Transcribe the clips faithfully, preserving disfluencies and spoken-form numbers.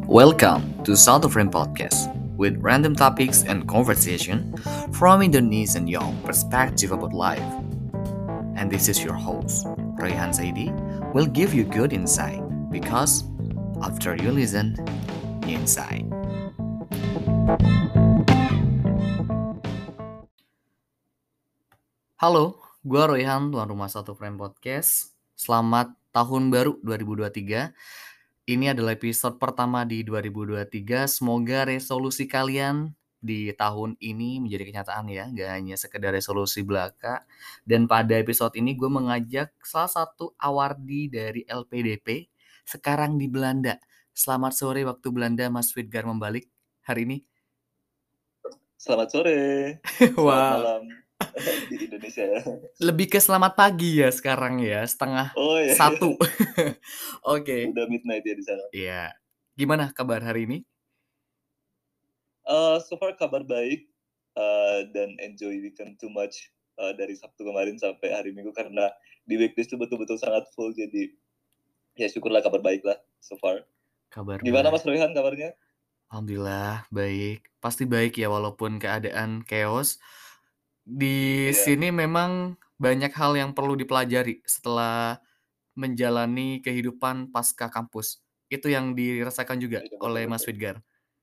Welcome to South of Rain Podcast with random topics and conversation from Indonesian young perspective about life. And this is your host, Rayhan Saidi, will give you good insight because after you listen, you insight. Halo, gue Royhan, tuan rumah Satu Frame Podcast. Selamat tahun baru dua ribu dua puluh tiga. Ini adalah episode pertama di dua ribu dua puluh tiga. Semoga resolusi kalian di tahun ini menjadi kenyataan ya, gak hanya sekedar resolusi belaka. Dan pada episode ini gue mengajak salah satu awardi dari L P D P sekarang di Belanda. Selamat sore waktu Belanda, Mas Fidgar membalik hari ini. Selamat sore, selamat Wow. malam di Indonesia ya. Lebih ke selamat pagi ya sekarang ya, setengah Oh iya, satu. Oke. udah midnight ya di sana. Iya. Gimana kabar hari ini? Uh, so far kabar baik uh, dan enjoy weekend too much uh, dari Sabtu kemarin sampai hari Minggu karena di weekdays itu betul-betul sangat full, jadi ya syukurlah kabar baik lah so far. Kabar Gimana baik. Mas Royhan kabarnya? Alhamdulillah baik. Pasti baik ya walaupun keadaan chaos. Di Iya. sini memang banyak hal yang perlu dipelajari setelah menjalani kehidupan pasca kampus. Itu yang dirasakan juga Iya, oleh betul, Mas betul. Fidgar.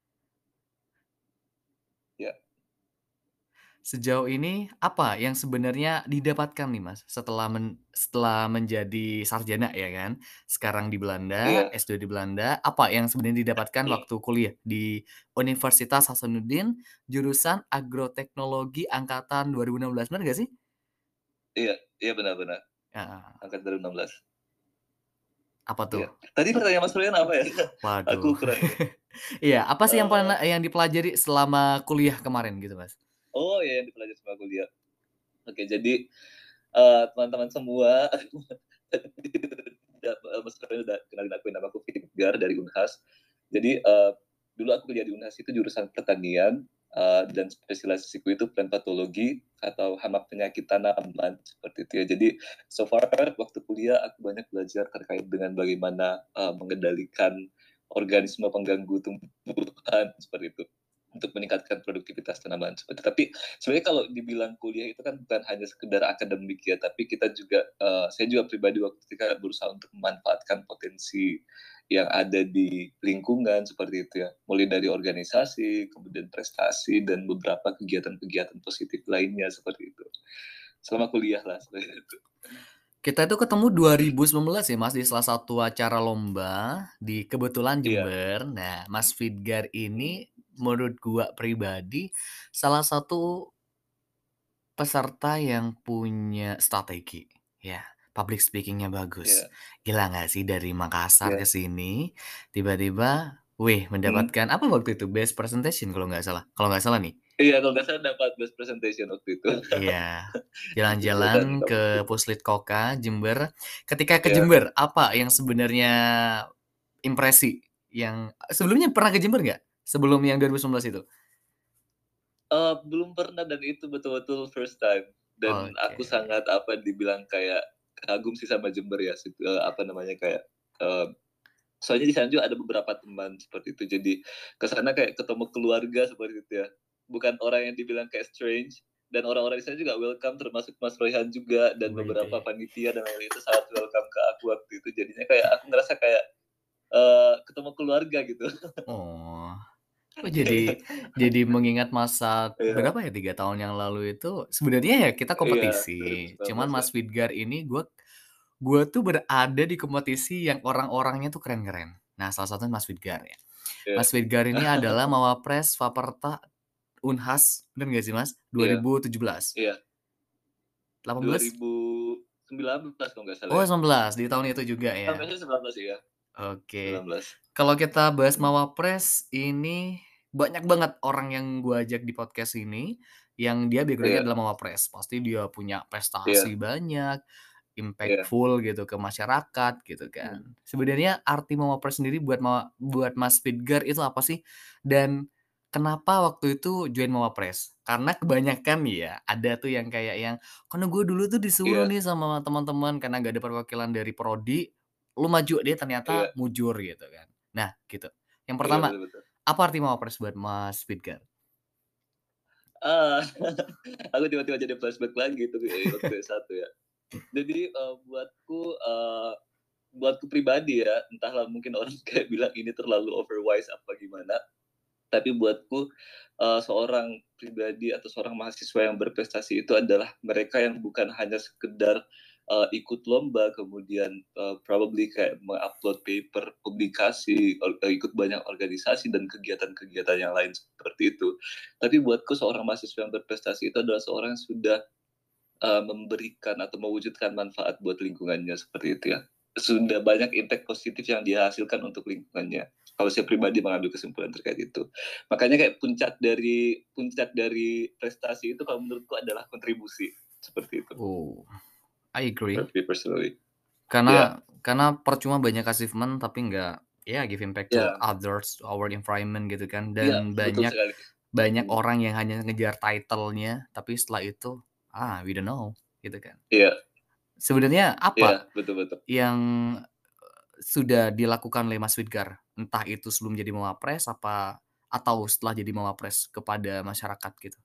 Ya. Sejauh ini apa yang sebenarnya didapatkan nih Mas setelah men setelah menjadi sarjana ya kan? Sekarang di Belanda, Iya. S dua di Belanda, apa yang sebenarnya didapatkan waktu kuliah di Universitas Hasanuddin, jurusan Agroteknologi angkatan dua ribu enam belas, benar nggak sih? Iya, iya benar-benar. Heeh. Angkatan dua ribu enam belas. Apa tuh? Iya. Tadi pertanyaan Mas Royhan apa ya? Waduh. Aku kurang ini. Iya, apa sih yang Uh, pernah yang dipelajari selama kuliah kemarin gitu, Mas? oh ya, yang dipelajari sama kuliah. Oke, jadi uh, teman-teman semua, Mas Roy udah kenalin aku, nama aku Fidgar dari Unhas. Jadi uh, dulu aku kuliah di Unhas itu jurusan pertanian uh, dan spesialisasiku itu plant patologi atau hama penyakit tanaman seperti itu ya. Jadi so far waktu kuliah aku banyak belajar terkait dengan bagaimana uh, mengendalikan organisme pengganggu tumbuhan seperti itu untuk meningkatkan produktivitas tanaman seperti itu. Tapi sebenarnya kalau dibilang kuliah itu kan bukan hanya sekedar akademik ya, tapi kita juga uh, saya juga pribadi waktu ketika berusaha untuk memanfaatkan potensi yang ada di lingkungan seperti itu ya, mulai dari organisasi, kemudian prestasi dan beberapa kegiatan-kegiatan positif lainnya seperti itu. Selama kuliah lah seperti itu. Kita itu ketemu dua ribu sembilan belas ya Mas, di salah satu acara lomba di kebetulan Jember. Iya. Nah, Mas Fidgar ini menurut gua pribadi salah satu peserta yang punya strategi, ya. Public speaking-nya bagus. Iya. Gila nggak sih dari Makassar Iya. ke sini, tiba-tiba, wih mendapatkan apa waktu itu? Best presentation kalau nggak salah. Kalau nggak salah nih. Iya, kalau nggak salah dapat best presentation waktu itu. Iya. Dan Jalan-jalan ke Puslit Koka, Jember. Ketika ke Iya. Jember, apa yang sebenarnya impresi yang sebelumnya pernah ke Jember nggak? Sebelum yang dua ribu sembilan belas itu? Uh, belum pernah, dan itu betul-betul first time. Dan aku Oke. sangat apa dibilang kayak kagum sih sama Jember ya, situ, uh, apa namanya kayak uh, soalnya di sana juga ada beberapa teman seperti itu, jadi kesana kayak ketemu keluarga seperti itu ya, bukan orang yang dibilang kayak strange, dan orang-orang di sana juga welcome, termasuk Mas Royhan juga dan Wih beberapa deh. panitia dan orang itu sangat welcome ke aku waktu itu, jadinya kayak aku ngerasa kayak uh, ketemu keluarga gitu. Oh. Kok jadi jadi mengingat masa Iya. berapa ya, tiga tahun yang lalu itu sebenarnya ya kita Iya, kompetisi. Cuman dua ribu sembilan belas ya. Mas Fidgar ini gue gue tuh berada di kompetisi yang orang-orangnya tuh keren-keren. Nah, salah satunya Mas Fidgar ya. Iya. Mas Fidgar ini adalah Mawapres Faperta Unhas, bener nggak sih Mas? Iya. dua ribu tujuh belas. Iya. delapan belas? dua ribu sembilan belas kalau nggak salah Oh, ya. sembilan belas di tahun itu juga ya. Sampai sembilan belas ya. sembilan Oke. belas. Kalau kita bahas Hmm. Mawapres ini banyak banget orang yang gue ajak di podcast ini yang dia background-nya Iya. adalah Mawapres. Pasti dia punya Iya. prestasi banyak, Iya. impactful gitu ke masyarakat gitu kan. Hmm. Sebenarnya arti Mawapres sendiri buat Ma buat Mas Fidgar itu apa sih? Dan kenapa waktu itu join Mawapres? Karena kebanyakan ya ada tuh yang kayak yang, "Karena gue dulu tuh disuruh Iya. nih sama teman-teman karena nggak ada perwakilan dari prodi, lu maju," dia ternyata Iya. mujur gitu kan. Nah gitu. Yang Iya, pertama, betul betul. apa arti mawapres buat Mas Fitgar? Ah, aku tiba-tiba jadi flashback lagi tuh, eee, waktu S satu ya. Jadi, eee, buatku, eee, buatku pribadi ya, entahlah mungkin orang kayak bilang ini terlalu overwise apa gimana, tapi buatku, eee, seorang pribadi atau seorang mahasiswa yang berprestasi itu adalah mereka yang bukan hanya sekedar, eee, ikut lomba kemudian, eee, probably kayak meng-upload paper, publikasi, or eee, ikut banyak organisasi dan kegiatan-kegiatan yang lain seperti itu. Tapi buatku seorang mahasiswa yang berprestasi itu adalah seorang yang sudah, eee, memberikan atau mewujudkan manfaat buat lingkungannya, seperti itu ya. Sudah banyak impact positif yang dia hasilkan untuk lingkungannya. Kalau saya pribadi mengambil kesimpulan terkait itu. Makanya kayak puncak dari puncak dari prestasi itu kalau menurutku adalah kontribusi, seperti itu. Oh, I agree. For me personally. Ya, Karena karena percuma banyak achievement tapi nggak, ya give impact to ya, others, to our environment gitu kan, iya, dan betul banyak sekali. banyak Mhm. orang yang hanya ngejar title-nya, tapi setelah itu, ah, we don't know, gitu kan. Iya, Sebenarnya iya, apa betul betul. yang, sudah dilakukan oleh Mas Fitgar? Entah itu sebelum jadi Mawapres apa atau setelah jadi Mawapres kepada masyarakat gitu?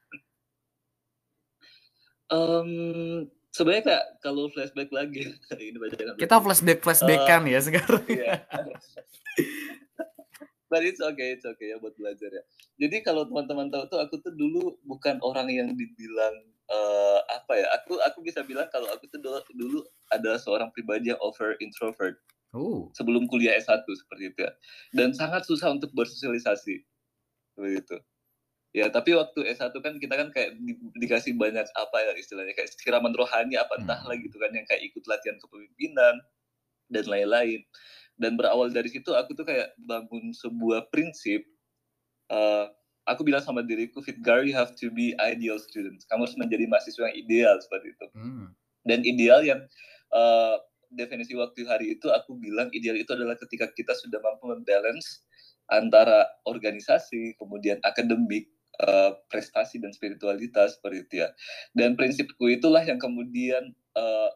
Mmm, sebenarnya Kak, kalau flashback lagi ini bacakan Kita flashback. Eee, flashback-flashback-an ya sekarang. iya. But it's okay it's okay ya buat belajar ya. Jadi kalau teman-teman tahu tuh aku tuh dulu bukan orang yang dibilang, eee, apa ya, aku aku bisa bilang kalau aku tuh dulu dulu adalah seorang pribadi yang over introvert, Oh, sebelum kuliah S satu seperti itu ya, dan sangat susah untuk bersosialisasi, seperti itu. Ya tapi waktu S satu kan kita kan kayak di dikasih banyak apa ya istilahnya, kayak siraman rohani apa entahlah mhm, gitu kan, yang kayak ikut latihan kepemimpinan dan lain-lain. Dan berawal dari situ aku tuh kayak bangun sebuah prinsip, eee, aku bilang sama diriku, "Fitgar, you have to be ideal student." Kamu harus menjadi mahasiswa yang ideal, seperti itu. mmm, Dan ideal yang, eee, definisi waktu hari itu aku bilang ideal itu adalah ketika kita sudah mampu mem-balance antara organisasi, kemudian akademik, eee, prestasi dan spiritualitas, seperti itu ya. Dan prinsipku itulah yang kemudian, eee,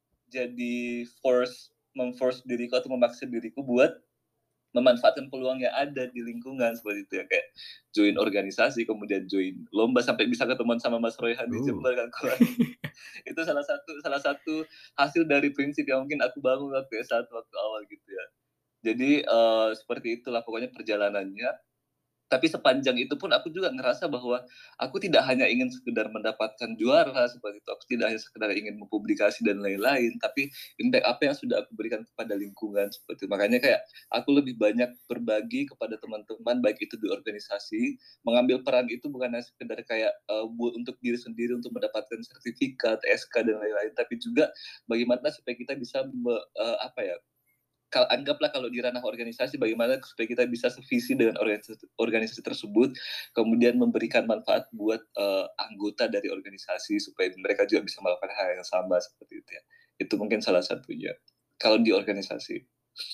jadi force mem-force diriku atau memaksa diriku buat memanfaatkan peluang yang ada di lingkungan, seperti itu ya, kayak join organisasi, kemudian join lomba, sampai bisa ketemuan sama Mas Royhan di oh. Jember kan keluar. Itu salah satu salah satu hasil dari prinsip yang mungkin aku bangun waktu S satu waktu awal gitu ya. Jadi, eee, seperti itulah pokoknya perjalanannya. Tapi sepanjang itu pun aku juga ngerasa bahwa aku tidak hanya ingin sekedar mendapatkan juara seperti itu, aku tidak hanya sekedar ingin mempublikasi dan lain-lain, tapi impact apa yang sudah aku berikan kepada lingkungan, seperti itu. Makanya kayak aku lebih banyak berbagi kepada teman-teman, baik itu di organisasi, mengambil peran itu bukan hanya sekedar kayak, eee, bu untuk diri sendiri untuk mendapatkan sertifikat, S K, dan lain-lain, tapi juga bagaimana supaya kita bisa me eee, apa ya, Kal anggaplah kalau di ranah organisasi bagaimana supaya kita bisa sevisi dengan organisasi organisasi tersebut, kemudian memberikan manfaat buat, eee, anggota dari organisasi supaya mereka juga bisa melakukan hal yang sama seperti itu ya. Itu mungkin salah satunya, kalau di organisasi.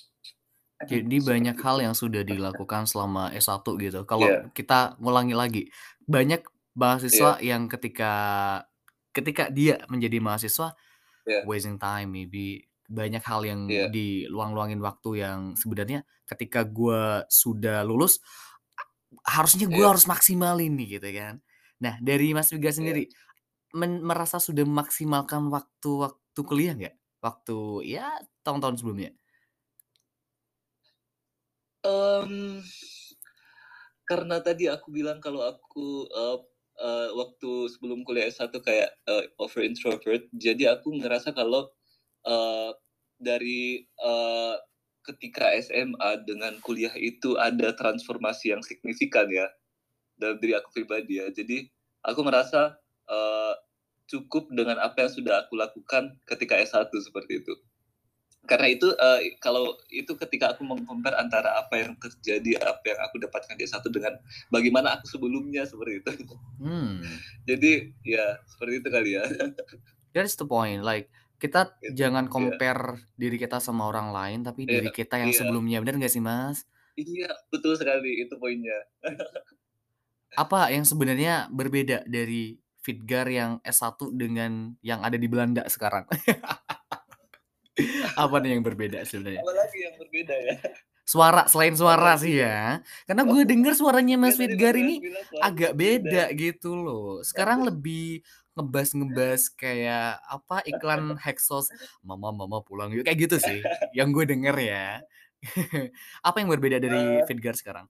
Jadi banyak Seperti hal itu. yang sudah dilakukan selama S satu gitu. Kalau Iya, kita ngulangi lagi, banyak iya, mahasiswa yang ketika ketika dia menjadi mahasiswa, iya, wasting time maybe, banyak hal yang iya, diluang-luangin waktu yang sebenarnya ketika gua sudah lulus, harusnya gua iya, harus maksimalin nih gitu kan. Nah dari Mas Viga iya. sendiri, men merasa sudah memaksimalkan waktu-waktu kuliah nggak? Waktu ya tahun-tahun sebelumnya? Mmm, karena tadi aku bilang kalau aku, eee eee, waktu sebelum kuliah S satu kayak, eee, over introvert, jadi aku ngerasa kalau Eee, dari, eee, ketika S M A dengan kuliah itu ada transformasi yang signifikan ya, dalam diri aku pribadi ya. Jadi aku merasa, eee, cukup dengan apa yang sudah aku lakukan ketika S satu seperti itu. Karena itu, eee, kalau itu ketika aku meng-compare antara apa yang terjadi, apa yang aku dapatkan di S satu dengan bagaimana aku sebelumnya, seperti itu. Mmm. Jadi ya seperti itu kali ya. That's the point, like, kita Gitu. jangan Iya, compare diri kita sama orang lain, tapi iya, diri kita yang iya. sebelumnya, bener nggak sih, Mas? Iya, betul sekali, itu poinnya. Apa yang sebenarnya berbeda dari Fitgar yang S satu dengan yang ada di Belanda sekarang? Apa nih yang berbeda sebenarnya? Apalagi yang berbeda ya? Suara, selain Apa suara itu sih ya? ya. Karena Oh, gue denger suaranya enggak Mas tadi Mas Fidgar Rian ini bilang suaranya agak beda. beda gitu loh. Sekarang lebih ngebas-ngebas kayak apa, iklan Hexos, "Mama mama pulang yuk," kayak gitu sih yang gue denger ya. Apa yang berbeda dari Eee Fidgar sekarang?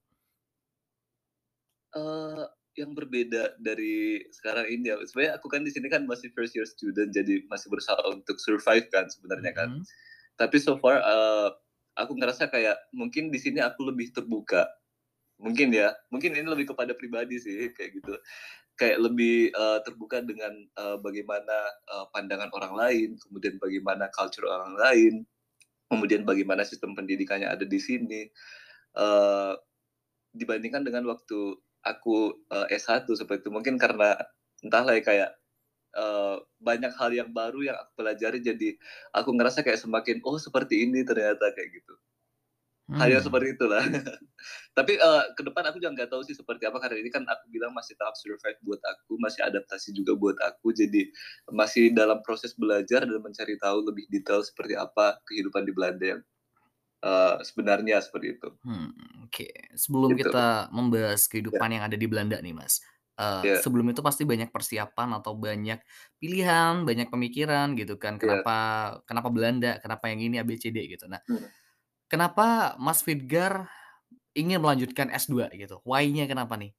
Eee, yang berbeda dari sekarang ini ya, sebenarnya aku kan di sini kan masih first year student, jadi masih berusaha untuk survive kan sebenarnya kan. Mhm. Tapi so far, eee, aku ngerasa kayak mungkin di sini aku lebih terbuka, mungkin ya, mungkin ini lebih kepada pribadi sih kayak gitu. Kayak lebih, eee, terbuka dengan, eee, bagaimana, eee, pandangan orang lain, kemudian bagaimana culture orang lain, kemudian bagaimana sistem pendidikannya ada di sini, eee, dibandingkan dengan waktu aku, eee, S satu seperti itu. Mungkin karena entahlah ya kayak, eee, banyak hal yang baru yang aku pelajari jadi aku ngerasa kayak semakin, "Oh seperti ini ternyata," kayak gitu. Hal yang Mmm. seperti itulah. Tapi, eee, ke depan aku juga nggak tahu sih seperti apa, karena ini kan aku bilang masih tahap survive buat aku, masih adaptasi juga buat aku, jadi masih dalam proses belajar dan mencari tahu lebih detail seperti apa kehidupan di Belanda yang, eee, sebenarnya seperti itu. Hmm, oke. Sebelum Gitu. kita membahas Ya, kehidupan yang ada di Belanda nih, Mas, eee, iya, sebelum itu pasti banyak persiapan atau banyak pilihan, banyak pemikiran gitu kan, iya, kenapa kenapa Belanda, kenapa yang ini A, B, C, D gitu. Nah, mhm. kenapa Mas Fidgar ingin melanjutkan S dua gitu? Why-nya kenapa nih?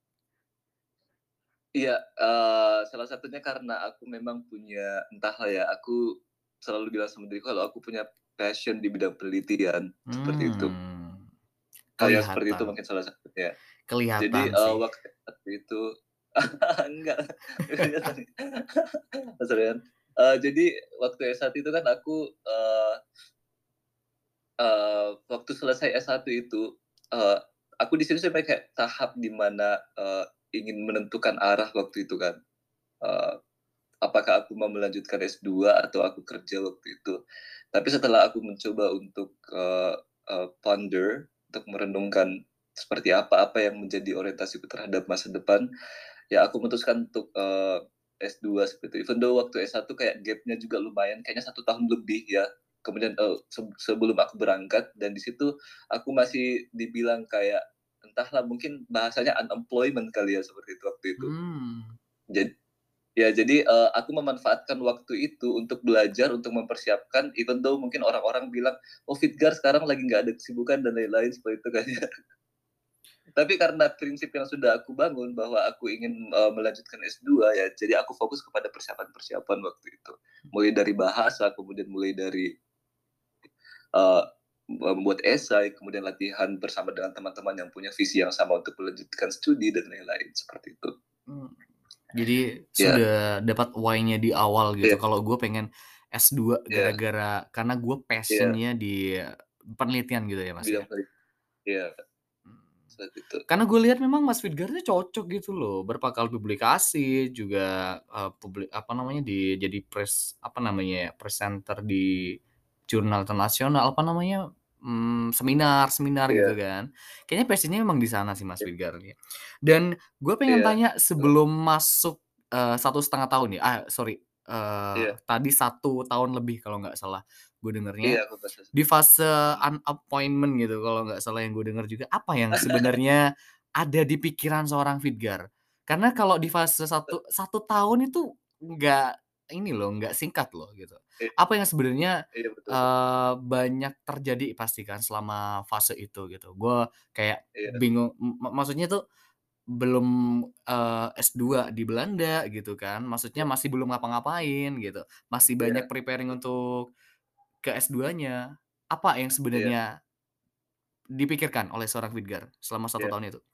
Iya, eee, salah satunya karena aku memang punya entahlah ya, aku selalu bilang sama diriku kalau aku punya passion di bidang penelitian, seperti itu. Mmm, Hal yang seperti itu kelihatan mungkin salah satunya. Jadi, kelihatan eee, sih. waktu itu enggak, kelihatan. Mas Rian, eee, jadi waktu S satu itu kan aku, eee eee, waktu selesai S satu itu, eee, aku di situ sampai kayak tahap di mana, eee, ingin menentukan arah waktu itu kan, eee apakah aku mau melanjutkan S dua atau aku kerja waktu itu. Tapi setelah aku mencoba untuk, eee eee, ponder, untuk merenungkan seperti apa apa yang menjadi orientasiku terhadap masa depan, ya aku memutuskan untuk, eee, S dua seperti itu. Even though waktu S satu kayak gap-nya juga lumayan, kayaknya satu tahun lebih ya. Kemudian, eee, seb sebelum aku berangkat dan di situ aku masih dibilang kayak, entahlah mungkin bahasanya unemployment kali ya, seperti itu waktu itu. Mmm, Jad Ya, jadi, eee, aku memanfaatkan waktu itu untuk belajar, untuk mempersiapkan, even though mungkin orang-orang bilang, "Oh, Fitgar sekarang lagi nggak ada kesibukan," dan lain-lain seperti itu kan ya. Tapi karena prinsip yang sudah aku bangun bahwa aku ingin, eee, melanjutkan S dua ya, jadi aku fokus kepada persiapan-persiapan waktu itu. Mulai dari bahasa, kemudian mulai dari, eee, membuat esai, kemudian latihan bersama dengan teman-teman yang punya visi yang sama untuk melanjutkan studi dan lain-lain, seperti itu. mmm. Jadi Ya, sudah dapat why-nya di awal gitu. iya, Kalau gue pengen S dua iya, gara-gara karena gue iya, passion-nya di penelitian gitu ya, Mas, bidang ya? penelitian, iya, Mmm. seperti itu. Karena gue lihat memang Mas Fidgarnya cocok gitu loh, berapa kali publikasi juga, eee, publi apa namanya, di jadi pres apa namanya ya, presenter di jurnal internasional, apa namanya, mmm, seminar-seminar gitu Iya, kan. Kayaknya passion-nya memang di sana sih Mas iya, Fidgar nih. Dan gue pengen iya, tanya betul. sebelum masuk, eee, satu setengah tahun ya, ah, sorry, eee, Iya, tadi satu tahun lebih kalau nggak salah gue iya, dengernya. aku bahasa Di fase mhm, unappointment gitu kalau nggak salah yang gue denger juga, apa yang sebenarnya ada di pikiran seorang Fidgar? Karena kalau di fase satu satu tahun itu nggak ini loh, nggak singkat loh gitu. iya, Apa yang sebenarnya, iya, betul, betul. eee, banyak terjadi pasti kan selama fase itu gitu. Gue kayak Iya, bingung, m ma maksudnya tuh belum, eee, S dua di Belanda gitu kan, maksudnya iya, masih belum ngapa-ngapain gitu, masih banyak iya, preparing betul, untuk ke S dua-nya. Apa yang iya, sebenarnya dipikirkan oleh seorang Fidgar selama satu iya. tahun itu?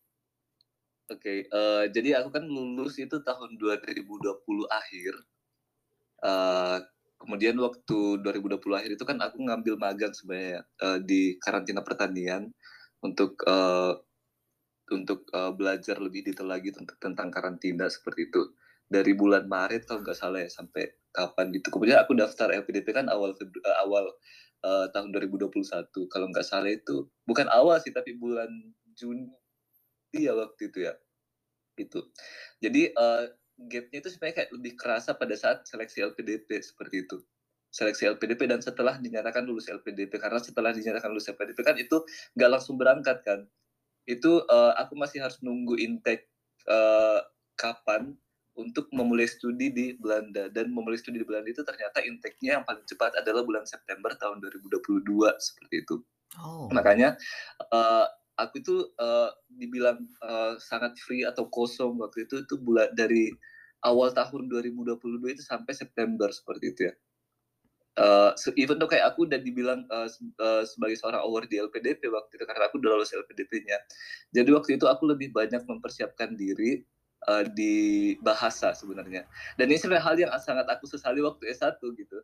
Oke, eee, jadi aku kan lulus itu tahun dua ribu dua puluh akhir, eee, kemudian waktu dua ribu dua puluh akhir itu kan aku ngambil magang sebenarnya, eee, di karantina pertanian untuk, eee, untuk, eee, belajar lebih detail lagi tent tentang karantina seperti itu. Dari bulan Maret kalau nggak salah ya, sampai kapan gitu. Kemudian aku daftar L P D P kan awal Febru eee, awal, eee, tahun dua ribu dua puluh satu kalau nggak salah itu bukan awal sih, tapi bulan Juni ya waktu itu ya, itu. Jadi, eee, gap-nya itu sebenarnya kayak lebih kerasa pada saat seleksi L P D P seperti itu. seleksi L P D P dan setelah dinyatakan lulus L P D P. Karena setelah dinyatakan lulus L P D P kan itu nggak langsung berangkat kan. Itu uh, aku masih harus nunggu intake uh, kapan untuk memulai studi di Belanda. Dan memulai studi di Belanda itu ternyata intake-nya yang paling cepat adalah bulan September tahun dua ribu dua puluh dua, seperti itu. Oh. Makanya uh, aku itu uh, dibilang uh, sangat free atau kosong waktu itu itu bulan dari awal tahun dua ribu dua puluh dua itu sampai September seperti itu ya. Uh, even tuh kayak aku udah dibilang uh, uh, sebagai seorang award di L P D P waktu itu karena aku udah lulus L P D P-nya. Jadi waktu itu aku lebih banyak mempersiapkan diri uh, di bahasa sebenarnya. Dan ini sebenarnya hal yang sangat aku sesali waktu S satu gitu.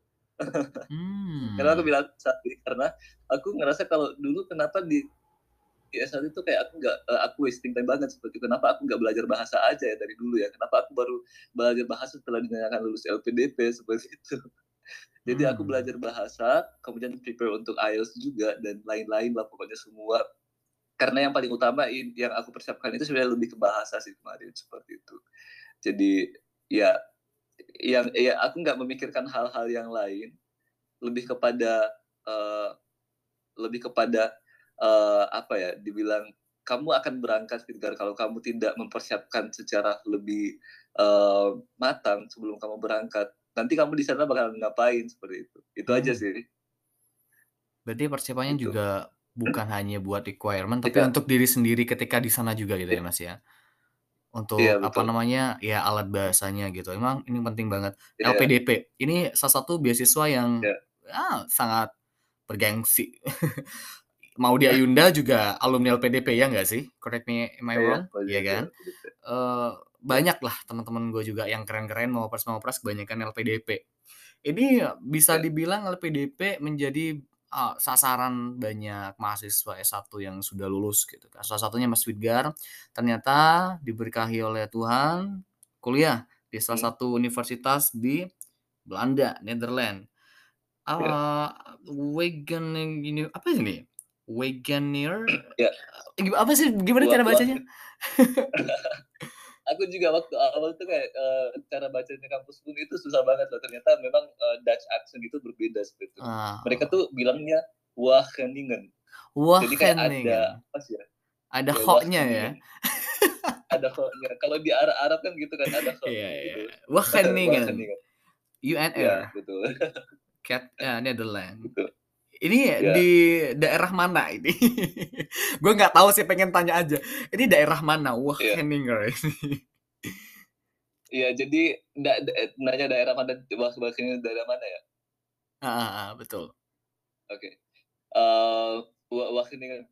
Hmm. Karena aku bilang sesali karena aku ngerasa kalau dulu kenapa di di S satu itu kayak aku nggak uh, aku wasting time banget seperti itu. Kenapa aku nggak belajar bahasa aja ya dari dulu ya? Kenapa aku baru belajar bahasa setelah dinyatakan lulus L P D P seperti itu? Jadi aku belajar bahasa, kemudian prepare untuk I E L T S juga dan lain-lain lah pokoknya semua. Karena yang paling utama yang aku persiapkan itu sebenarnya lebih ke bahasa sih kemarin seperti itu. Jadi ya, yang ya aku nggak memikirkan hal-hal yang lain, lebih kepada uh, lebih kepada uh, apa ya? Dibilang kamu akan berangkat Fitgar kalau kamu tidak mempersiapkan secara lebih uh, matang sebelum kamu berangkat. Nanti kamu di sana bakal ngapain seperti itu. Itu aja Hmm. sih. Berarti persiapannya Gitu. juga bukan hanya buat requirement, tapi Iya. untuk diri sendiri ketika di sana juga gitu ya, Iya. Mas, ya? Iya, Untuk apa betul. namanya, ya alat bahasanya gitu. Emang ini penting banget. Iya. L P D P, ini salah satu beasiswa yang, Iya. ya sangat bergengsi. Maudy Ayunda juga alumni L P D P, ya nggak sih? Correct me am I Iya, wrong? Maudy Iya Ayunda kan? L P D P. Eee, Iya. banyaklah teman-teman gue juga yang keren-keren Mawapres-Mawapres kebanyakan L P D P. Ini bisa Iya. dibilang L P D P menjadi, eee, sasaran banyak mahasiswa S satu yang sudah lulus gitu kan. Salah satunya Mas Fitgar, ternyata diberkahi oleh Tuhan kuliah di salah Hmm. satu universitas di Belanda, Netherlands. Iya. Eee, Wageningen ini apa ini? Wageningen Iya. eee, apa sih gimana Wah cara wah. bacanya? Aku juga waktu awal tuh kayak, eee, cara bacanya kampus U N itu susah banget loh. Ternyata memang, eee, Dutch accent itu berbeda seperti itu. Mereka Oh. tuh bilangnya Wageningen. Jadi kayak ada Wageningen. apa sih ya, Ada ya kho-nya ya? Wageningen. Ada kho-nya. Kalau di Arab-Arab kan gitu kan ada Iya kho-nya iya. gitu. Wageningen. Wageningen. Iya, U N R. betul. Cat eee, Netherlands. Betul. Ini Iya. di daerah mana ini? Gue nggak tahu sih, pengen tanya aja. Ini daerah mana Iya. Wageningen ini? Iya, jadi da da nanya daerah mana, Wageningen daerah mana ya? Heeh heeh, betul. Oke. Eee, Wa Wageningen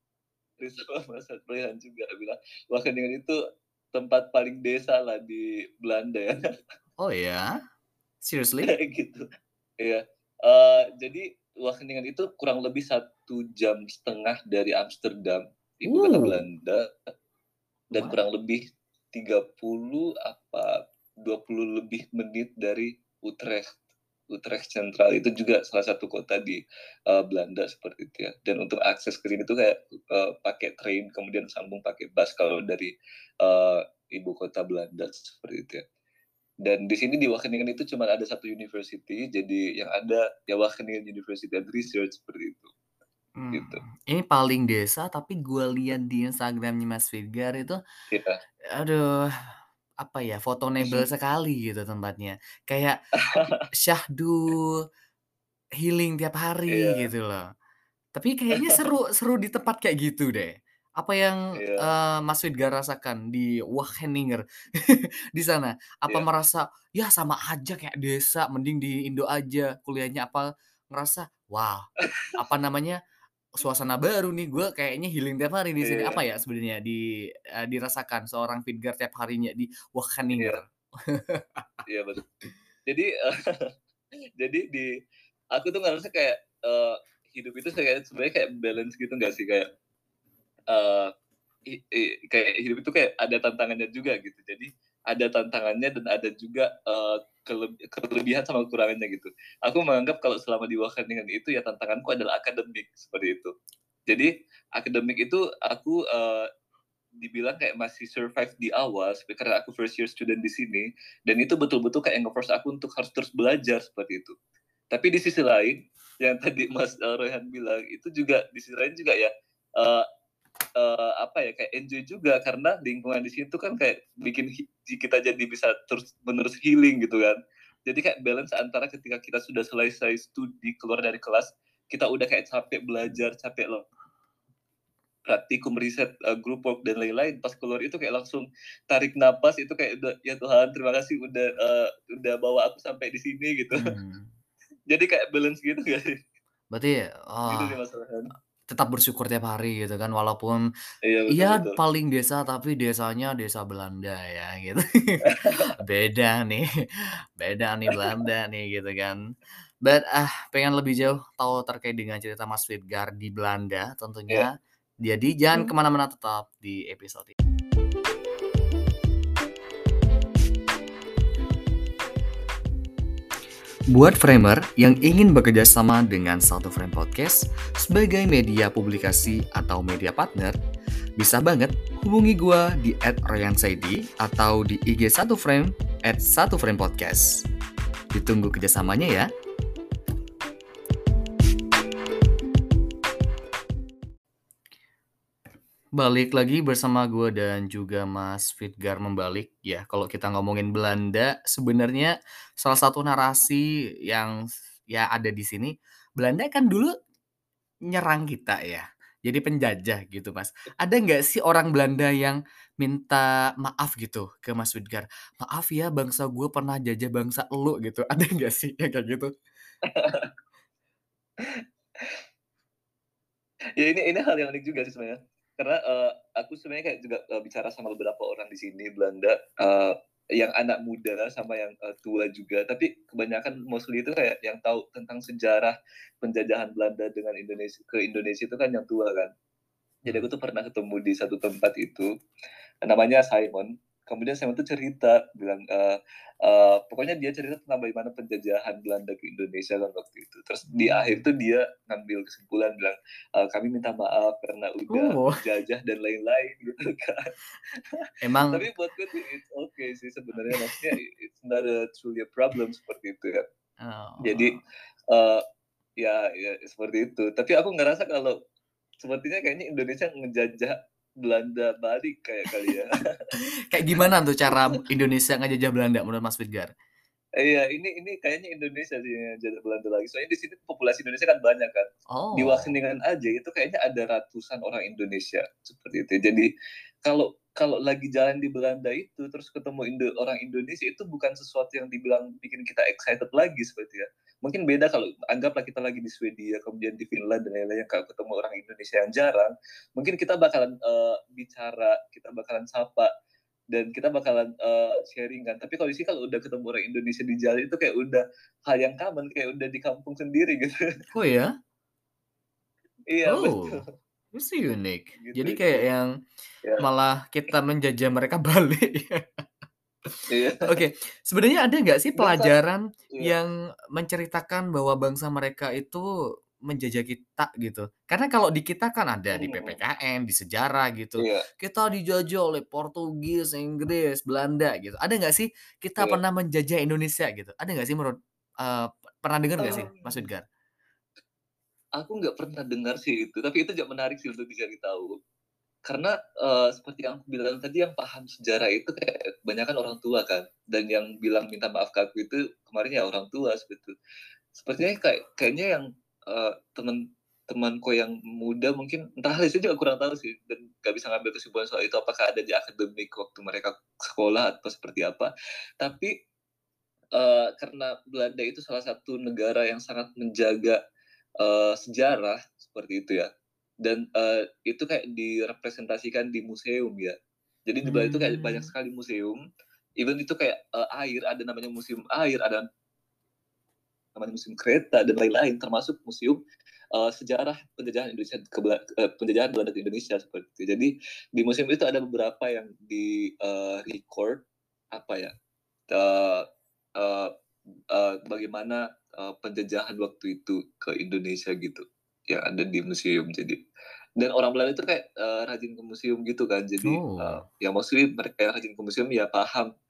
juga bilang, Wageningen itu tempat paling desa lah di Belanda ya. Oh ya? Seriously? Kayak gitu. Iya. Eee, jadi Wageningen itu kurang lebih satu jam setengah dari Amsterdam, ibu kota Wuh. Belanda, dan What? kurang lebih tiga puluh apa dua puluh lebih menit dari Utrecht. Utrecht Central itu juga salah satu kota di, eee, Belanda seperti itu ya. Dan untuk akses ke sini tuh kayak, eee, pakai train kemudian sambung pakai bus kalau dari, eee, ibu kota Belanda seperti itu ya. Dan di sini di Wageningen itu cuma ada satu university, jadi yang ada ya Wageningen University and Research seperti itu. Mmm, Gitu. ini paling desa tapi gue lihat di Instagram-nya Mas Fitgar itu, Iya. aduh, apa ya, fotonerbel sekali gitu tempatnya. Kayak syahdu healing tiap hari Iya. gitu loh. Tapi kayaknya seru seru di tempat kayak gitu deh. Apa yang, Iya. eee, Mas Fitgar rasakan di Wageningen di sana? Apa Iya. merasa, ya sama aja kayak desa, mending di Indo aja kuliahnya? Apa ngerasa, wah, apa namanya, suasana baru nih, gue kayaknya healing tiap hari di sini. Apa Iya. ya sebenarnya di eee, dirasakan seorang Fitgar tiap harinya di Iya. Wageningen? Iya, betul. Jadi, eee, jadi di aku tuh ngerasa kayak, eee, hidup itu kayak sebenarnya kayak balance gitu nggak sih? Kayak, eee, i i kayak hidup itu kayak ada tantangannya juga gitu. Jadi ada tantangannya dan ada juga, eee, keleb kelebihan sama kekurangannya gitu. Aku menganggap kalau selama di Wageningen itu ya tantanganku adalah akademik, seperti itu. Jadi akademik itu aku, eee, dibilang kayak masih survive di awal karena aku first year student di sini, dan itu betul-betul kayak nge-force aku untuk harus terus belajar seperti itu. Tapi di sisi lain, yang tadi Mas uh, Royhan bilang itu juga di sisi lain juga ya, uh, uh, apa ya kayak enjoy juga karena lingkungan di situ kan kayak bikin kita jadi bisa terus menerus healing gitu kan. Jadi kayak balance antara ketika kita sudah selesai studi keluar dari kelas, kita udah kayak capek belajar, capek loh praktikum riset uh, group work dan lain-lain, pas keluar itu kayak langsung tarik napas itu kayak udah ya Tuhan terima kasih udah uh, udah bawa aku sampai di sini gitu. Hmm. Jadi kayak balance gitu gak sih? Berarti Gitu oh, sih Mas Rohan. tetap bersyukur tiap hari gitu kan walaupun Iya betul iya betul. paling desa tapi desanya desa Belanda ya gitu. Beda nih, beda nih Belanda nih gitu kan. But, ah, pengen lebih jauh tahu terkait dengan cerita Mas Fitgar di Belanda Iya. tentunya. Jadi jangan Hmm. kemana-mana tetap di episode ini. Buat framer yang ingin bekerja sama dengan Satu Frame Podcast sebagai media publikasi atau media partner, bisa banget hubungi gua di et royansaidi atau di I G Satu Frame at Satu Frame Podcast. Ditunggu kerjasamanya ya. Balik lagi bersama gue dan juga Mas Fitgar membalik ya. Kalau kita ngomongin Belanda, sebenarnya salah satu narasi yang ya ada di sini, Belanda kan dulu nyerang kita ya. Jadi penjajah gitu, Mas. Ada nggak sih orang Belanda yang minta maaf gitu ke Mas Fitgar? Maaf ya bangsa gue pernah jajah bangsa elu gitu. Ada nggak sih yang kayak gitu? Ya ini ini hal yang unik juga sih sebenarnya. Karena uh, aku sebenarnya kayak juga uh, bicara sama beberapa orang di sini Belanda, uh, yang anak muda sama yang uh, tua juga. Tapi kebanyakan mostly itu kayak yang tahu tentang sejarah penjajahan Belanda dengan Indonesia ke Indonesia itu kan yang tua kan. Jadi Hmm. aku tuh pernah ketemu di satu tempat itu, namanya Simon. Kemudian Simon tuh cerita, bilang, uh, uh, pokoknya dia cerita tentang bagaimana penjajahan Belanda ke Indonesia kan waktu itu. Terus di akhir Hmm. tuh dia ngambil kesimpulan, bilang, uh, kami minta maaf karena udah Oh, menjajah dan lain-lain gitu kan. emang Tapi buat gue tuh it's okay sih sebenarnya, maksudnya it's not a truly a problem seperti itu ya. Jadi, oh. uh, ya, ya seperti itu. Tapi aku ngerasa kalau sepertinya kayaknya Indonesia ngejajah Belanda balik kayak kali ya. Kayak gimana tuh cara Indonesia ngejajah Belanda menurut Mas Fitgar? Iya, ini ini kayaknya Indonesia sih yang ngejajah Belanda lagi. Soalnya di sini populasi Indonesia kan banyak kan. Di Oh. Wageningen aja itu kayaknya ada ratusan orang Indonesia seperti itu. Jadi kalau kalau lagi jalan di Belanda itu terus ketemu Indo, orang Indonesia itu bukan sesuatu yang dibilang bikin kita excited lagi seperti ya. Mungkin beda kalau anggaplah kita lagi di Swedia, kemudian di Finland dan lain-lain, kalau ketemu orang Indonesia yang jarang, mungkin kita bakalan uh, bicara, kita bakalan sapa, dan kita bakalan uh, sharing kan. Tapi kalau di sini kalau udah ketemu orang Indonesia di jalan itu kayak udah hal yang common, kayak udah di kampung sendiri gitu. Oh ya? Iya betul, Oh, it's unique. gitu Jadi kayak sih. yang Ya, malah kita menjajah mereka balik. iya. Oke, sebenarnya ada nggak sih Dan saat, pelajaran iya, yang menceritakan bahwa bangsa mereka itu menjajah kita gitu? Karena kalau di kita kan ada di mm, P P K N, di sejarah gitu, iya, kita dijajah oleh Portugis, Inggris, Belanda gitu. Ada nggak sih kita iya. pernah menjajah Indonesia gitu? Ada nggak sih menurut eee, pernah dengar nggak sih Mas Um, Edgar? aku nggak pernah dengar sih itu, tapi itu juga menarik sih untuk dicari tahu. Karena uh, seperti yang aku bilang tadi, yang paham sejarah itu kayak kebanyakan orang tua kan, dan yang bilang minta maaf ke aku itu kemarin ya orang tua sebetulnya. Sepertinya kayak kayaknya yang uh, teman temanku yang muda mungkin entah saya juga kurang tahu sih dan nggak bisa ngambil kesimpulan soal itu apakah ada di akademik waktu mereka sekolah atau seperti apa. Tapi uh, karena Belanda itu salah satu negara yang sangat menjaga uh, sejarah seperti itu ya, dan uh, itu kayak direpresentasikan di museum ya. Jadi di Belanda itu kayak banyak Mmm. sekali museum, even itu kayak uh, air, ada namanya museum air, ada namanya museum kereta dan lain-lain, termasuk museum uh, sejarah penjajahan Indonesia ke uh, penjajahan Belanda ke Indonesia seperti itu. Jadi di museum itu ada beberapa yang di uh, record apa ya, uh, uh, uh, bagaimana uh, penjajahan waktu itu ke Indonesia gitu, yang ada di museum. Jadi dan orang Belanda itu kayak uh, rajin ke museum gitu kan. Jadi uh, Oh. ya maksudnya mereka yang rajin ke museum ya paham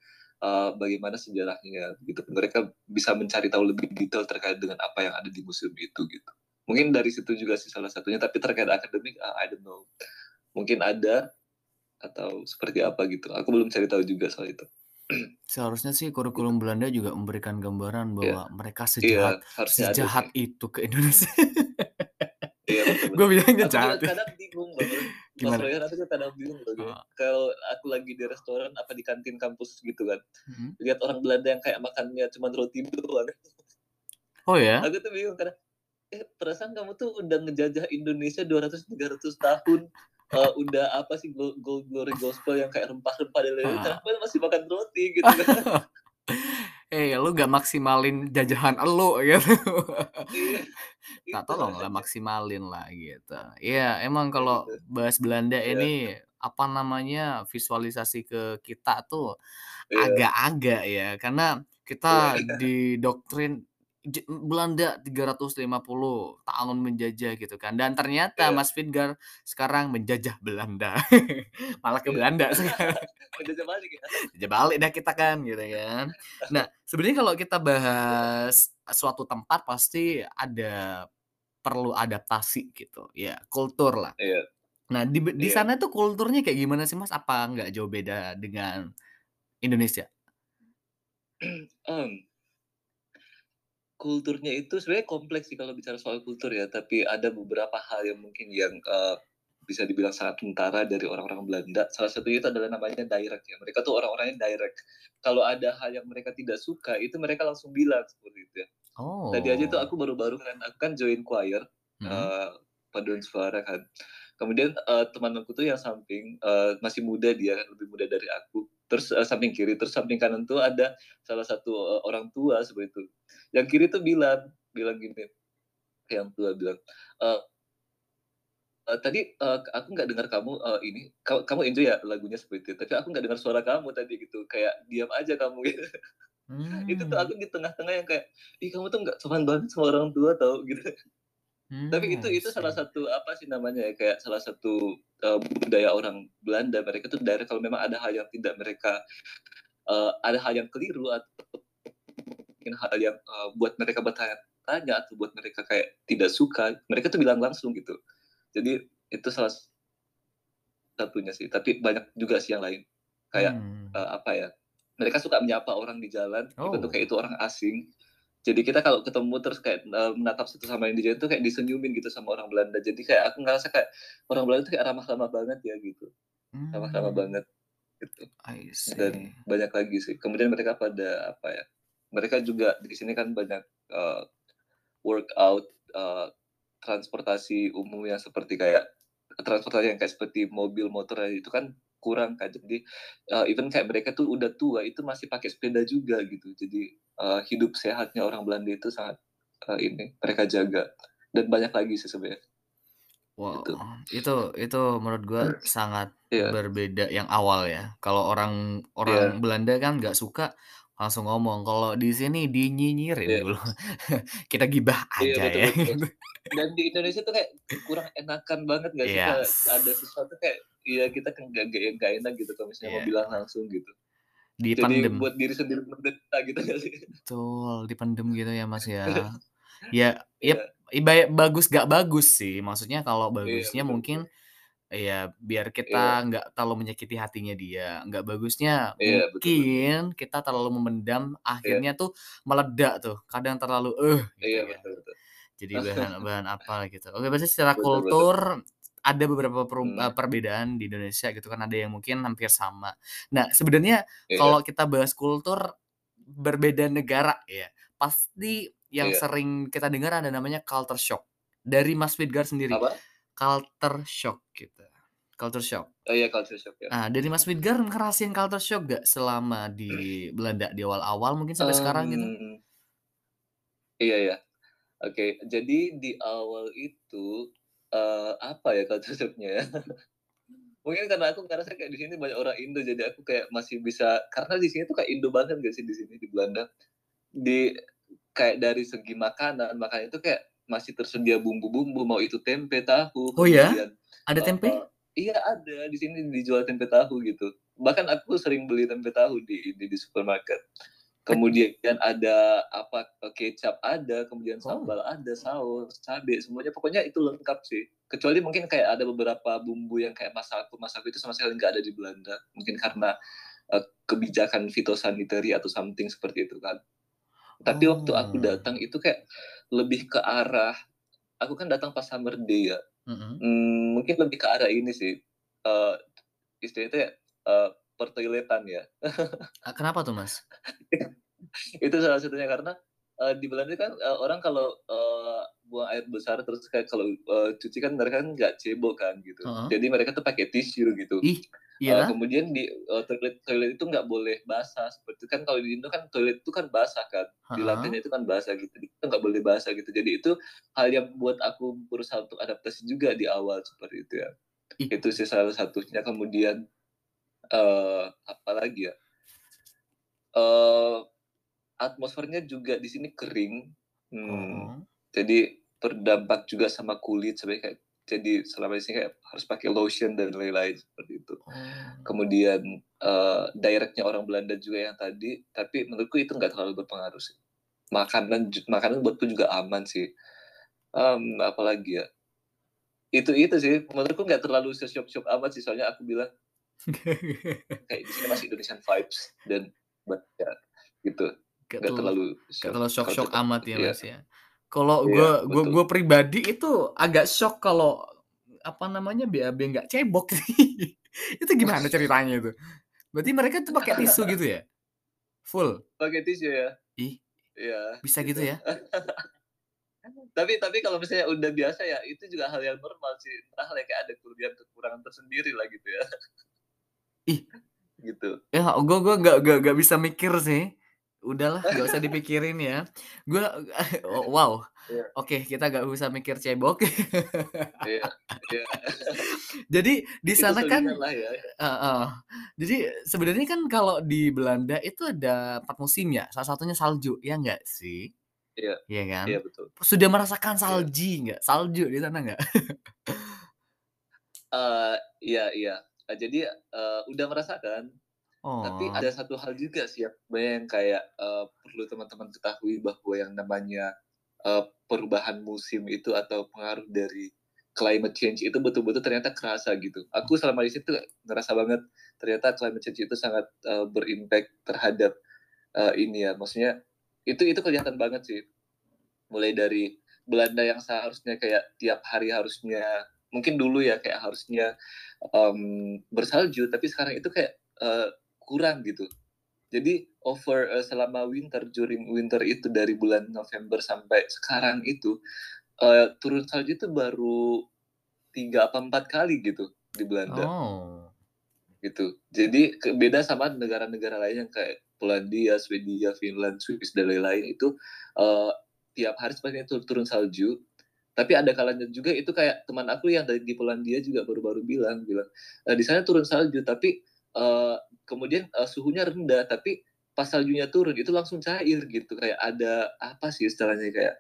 uh, bagaimana sejarahnya gitu. Mereka bisa mencari tahu lebih detail terkait dengan apa yang ada di museum itu gitu. Mungkin dari situ juga sih salah satunya, tapi terkait akademik, uh, I don't know. Mungkin ada atau seperti apa gitu. Aku belum cari tahu juga soal itu. Seharusnya sih Gitu. kurikulum Belanda juga memberikan gambaran Iya, bahwa mereka iya, sejahat harusnya ada sejahat sih. itu ke Hmm. Indonesia. Iya betul Gue betul. bilangnya Aku juga jahat ya. kadang bingung banget, Mas Gimana? Royan, aku tuh kadang bingung loh, Oh, kalau aku lagi di restoran apa di kantin kampus gitu kan, mhm. lihat orang Belanda yang kayak makannya cuma roti doang. Oh ya? Aku tuh bingung karena, eh perasaan kamu tuh udah ngejajah Indonesia dua ratus tiga ratus tahun, uh, udah apa sih gold, gold glory gospel yang kayak rempah-rempah dan lain-lain, Heeh. kenapa masih makan roti gitu kan? Eh, lu gak maksimalin jajahan elu gitu. Iya, Tak itu tolonglah makanya. maksimalin lah gitu. Iya, emang Ya kalau gitu. bahas Belanda Ya, ini apa namanya, visualisasi ke kita tuh iya, agak-agak ya, karena iya, kita didoktrin je Belanda tiga ratus lima puluh tahun menjajah gitu kan, dan ternyata iya, Mas Vidgar sekarang menjajah Belanda. Malah ke iya. Belanda sekarang. Menjajah balik ya. Ya balik dah kita kan, gitu kan. Nah, sebenarnya kalau kita bahas suatu tempat pasti ada perlu adaptasi gitu, ya kultur lah. Iya, Nah, di be di iya. sana tuh kulturnya kayak gimana sih, Mas? Apa nggak jauh beda dengan Indonesia? Mmm, kulturnya itu sebenarnya kompleks sih kalau bicara soal kultur ya, tapi ada beberapa hal yang mungkin yang, eee, bisa dibilang sangat kentara dari orang-orang Belanda. Salah satunya itu adalah namanya direct ya, mereka tuh orang-orangnya direct. Kalau ada hal yang mereka tidak suka, itu mereka langsung bilang, seperti itu ya. Tadi aja tuh Oh, aku baru-baru kan, aku kan join choir, mhm, eee, paduan suara kan. Kemudian, eee, teman aku tuh yang samping, eee, masih muda dia, lebih muda dari aku. Terus, eee, samping kiri, terus samping kanan tuh ada salah satu, eee, orang tua seperti itu. Yang kiri tuh bilang bilang gini, yang tua bilang, eee eee, "Tadi, eee, aku nggak dengar kamu, eee, ini, ka kamu enjoy ya lagunya?" Seperti itu, "Tapi aku nggak dengar suara kamu tadi," gitu, "kayak diam aja kamu," gitu. Itu tuh mmm, aku di tengah-tengah yang kayak, "Ih kamu tuh nggak sopan banget sama orang tua tau," gitu. Tapi mmm, itu I itu salah see. satu, apa sih namanya ya, kayak salah satu, eee, budaya orang Belanda. Mereka tuh direct kalau memang ada hal yang tidak mereka, eee, ada hal yang keliru atau mungkin hal yang, eee, buat mereka bertanya-tanya atau buat mereka kayak tidak suka, mereka tuh bilang langsung gitu. Jadi itu salah satunya sih, tapi banyak juga sih yang lain. Kayak, Mmm, eee, apa ya, mereka suka menyapa orang di jalan, even tuh kayak oh, itu orang asing. Jadi kita kalau ketemu terus kayak, eee, menatap satu sama lain di jalan tuh kayak disenyumin gitu sama orang Belanda. Jadi kayak aku ngerasa kayak orang Belanda tuh kayak ramah-ramah banget ya gitu, ramah-ramah mmm, banget gitu. I Dan see. banyak lagi sih. Kemudian mereka pada apa ya, mereka juga di sini kan banyak, eee, workout, eee, transportasi umum yang seperti kayak transportasi yang kayak seperti mobil, motor itu kan kurang kan. Jadi, eee, even kayak mereka tuh udah tua itu masih pakai sepeda juga gitu. Jadi, eee, hidup sehatnya orang Belanda itu sangat, eee, ini mereka jaga dan banyak lagi sih sebenarnya, Wow, gitu. itu itu menurut gua sangat Iya, berbeda yang awal ya. Kalau orang iya, orang Belanda kan nggak suka langsung ngomong, kalau di sini dinyinyirin iya, dulu. Kita gibah iya, aja betul ya betul. gitu. Dan di Indonesia tuh kayak kurang enakan banget nggak sih, Iya, kayak ada sesuatu kayak iya kita kan nggak nggak nggak enak gitu kalau misalnya mau bilang iya, langsung gitu. Jadi dipendem. buat diri sendiri menderita gitu nggak sih? Betul, dipendem gitu ya, Mas, ya. Ya, yap, Iya, ibarat bagus gak bagus sih, maksudnya kalau iya, bagusnya betul betul. mungkin ya biar Iya, kita nggak terlalu menyakiti hatinya dia, nggak bagusnya iya, betul betul. mungkin kita terlalu memendam, Iya, akhirnya tuh meledak tuh, kadang terlalu, eh, gitu iya, ya. betul betul. Jadi bahan bahan apa gitu. Oke, berarti secara Betul betul. kultur ada beberapa perum Mhm, eee, perbedaan di Indonesia gitu kan, ada yang mungkin hampir sama. Nah, sebenarnya iya, kalau kita bahas kultur berbeda negara ya, pasti yang iya. sering kita dengar ada namanya culture shock. Dari Mas Vidgar sendiri, Apa? culture shock gitu, culture shock. Oh iya, culture shock ya. Nah, dari Mas Vidgar ngerasain culture shock nggak selama di Belanda, di awal-awal mungkin sampai sekarang gitu? Mmm, iya iya. Oke, jadi di awal itu, eee, apa ya culture shock-nya ya, mungkin karena aku ngerasa kayak di sini banyak orang Indo, jadi aku kayak masih bisa karena di sini tuh kayak Indo banget nggak sih di sini, di Belanda? Di kayak dari segi makanan, makanan itu kayak masih tersedia bumbu-bumbu, mau itu tempe, tahu, Oh ya? kemudian, Ada eee tempe? iya ada, di sini dijual tempe tahu gitu. bahkan aku sering beli tempe tahu di di, di supermarket. Kemudian ada apa kecap ada, kemudian Oh. sambal ada, saus, cabai, semuanya pokoknya itu lengkap sih. Kecuali mungkin kayak ada beberapa bumbu yang kayak masako-masako itu sama sekali nggak ada di Belanda. Mungkin karena uh, kebijakan fitosanitary atau something seperti itu kan. Tapi waktu aku Oh. datang itu kayak lebih ke arah, aku kan datang pas summer day ya. Mm-mm. Hmm, mungkin lebih ke arah ini sih. Uh, istilahnya itu ya, uh, pertoiletan ya. Ah, kenapa tuh Mas? Itu salah satunya karena uh, di Belanda kan uh, orang kalau uh, buang air besar terus kayak kalau uh, cuci kan mereka kan nggak cebok kan gitu. Uh-uh. Jadi mereka tuh pakai tisu gitu. Ih, iya Uh, kah? kemudian di uh, toilet toilet itu nggak boleh basah seperti kan kalau di Indo kan toilet itu kan basah kan di Uh-uh. lantainya itu kan basah gitu itu nggak boleh basah gitu jadi itu hal yang buat aku berusaha untuk adaptasi juga di awal seperti itu ya Ih. itu sih salah satunya kemudian uh, apa lagi ya uh, atmosfernya juga di sini kering hmm, Oh. jadi terdampak juga sama kulit sampai kayak jadi selama ini kayak harus pakai lotion dan lain-lain seperti itu. Oh. Kemudian uh, directnya orang Belanda juga yang tadi, tapi menurutku itu nggak terlalu berpengaruh sih. Makanan makanan buatku juga aman sih. Um, apalagi ya? Itu itu sih menurutku nggak terlalu sesiop-siop amat sih soalnya aku bilang kayak di sini masih Indonesian vibes dan ya gitu Gak nggak terlalu terlalu gak shock terlalu kalau shock-shock kita amat ya ya Mas ya. Kalau iya gue gue betul gue pribadi itu agak shock kalau apa namanya B A B nggak cebok sih. Itu gimana ceritanya itu? Berarti mereka tuh pakai tisu gitu ya? Full? pakai tisu ya Ih, iya bisa gitu gitu ya? tapi tapi kalau misalnya udah biasa ya itu juga hal yang normal sih entah lah kayak ada kelebihan kekurangan tersendiri lah gitu ya Ih, gitu ya gue gue nggak nggak nggak bisa mikir sih. Udahlah, nggak usah dipikirin ya. Gue oh, wow. iya Oke, kita nggak usah mikir cebok. iya iya Jadi di itu sana kan selingan lah ya heeh. Jadi sebenarnya kan kalau di Belanda itu ada empat musim ya, salah satunya salju, ya nggak sih? iya Iya kan? iya betul Sudah merasakan iya salji nggak? Salju di sana nggak? uh, iya iya uh, jadi uh, udah merasakan tapi Oh. ada satu hal juga sih yang yang kayak uh, perlu teman-teman ketahui bahwa yang namanya uh, perubahan musim itu atau pengaruh dari climate change itu betul-betul ternyata kerasa gitu. Aku selama di situ ngerasa banget ternyata climate change itu sangat uh, berimpact terhadap uh, ini ya. Maksudnya itu itu kelihatan banget sih. Mulai dari Belanda yang seharusnya kayak tiap hari harusnya mungkin dulu ya kayak harusnya um, bersalju tapi sekarang itu kayak uh, kurang gitu. Jadi over uh, selama winter during winter itu dari bulan November sampai sekarang itu uh, turun salju itu baru tiga apa empat kali gitu di Belanda Oh. gitu. Jadi beda sama negara-negara lain yang kayak Polandia, Swedia, Finland, Swiss dan lain-lain itu uh, tiap hari sebenarnya tur turun salju. Tapi ada kalanya juga itu kayak teman aku yang dari di Polandia juga baru-baru bilang bilang e, di sana turun salju tapi uh, kemudian uh, suhunya rendah tapi pas saljunya turun itu langsung cair gitu kayak ada apa sih istilahnya kayak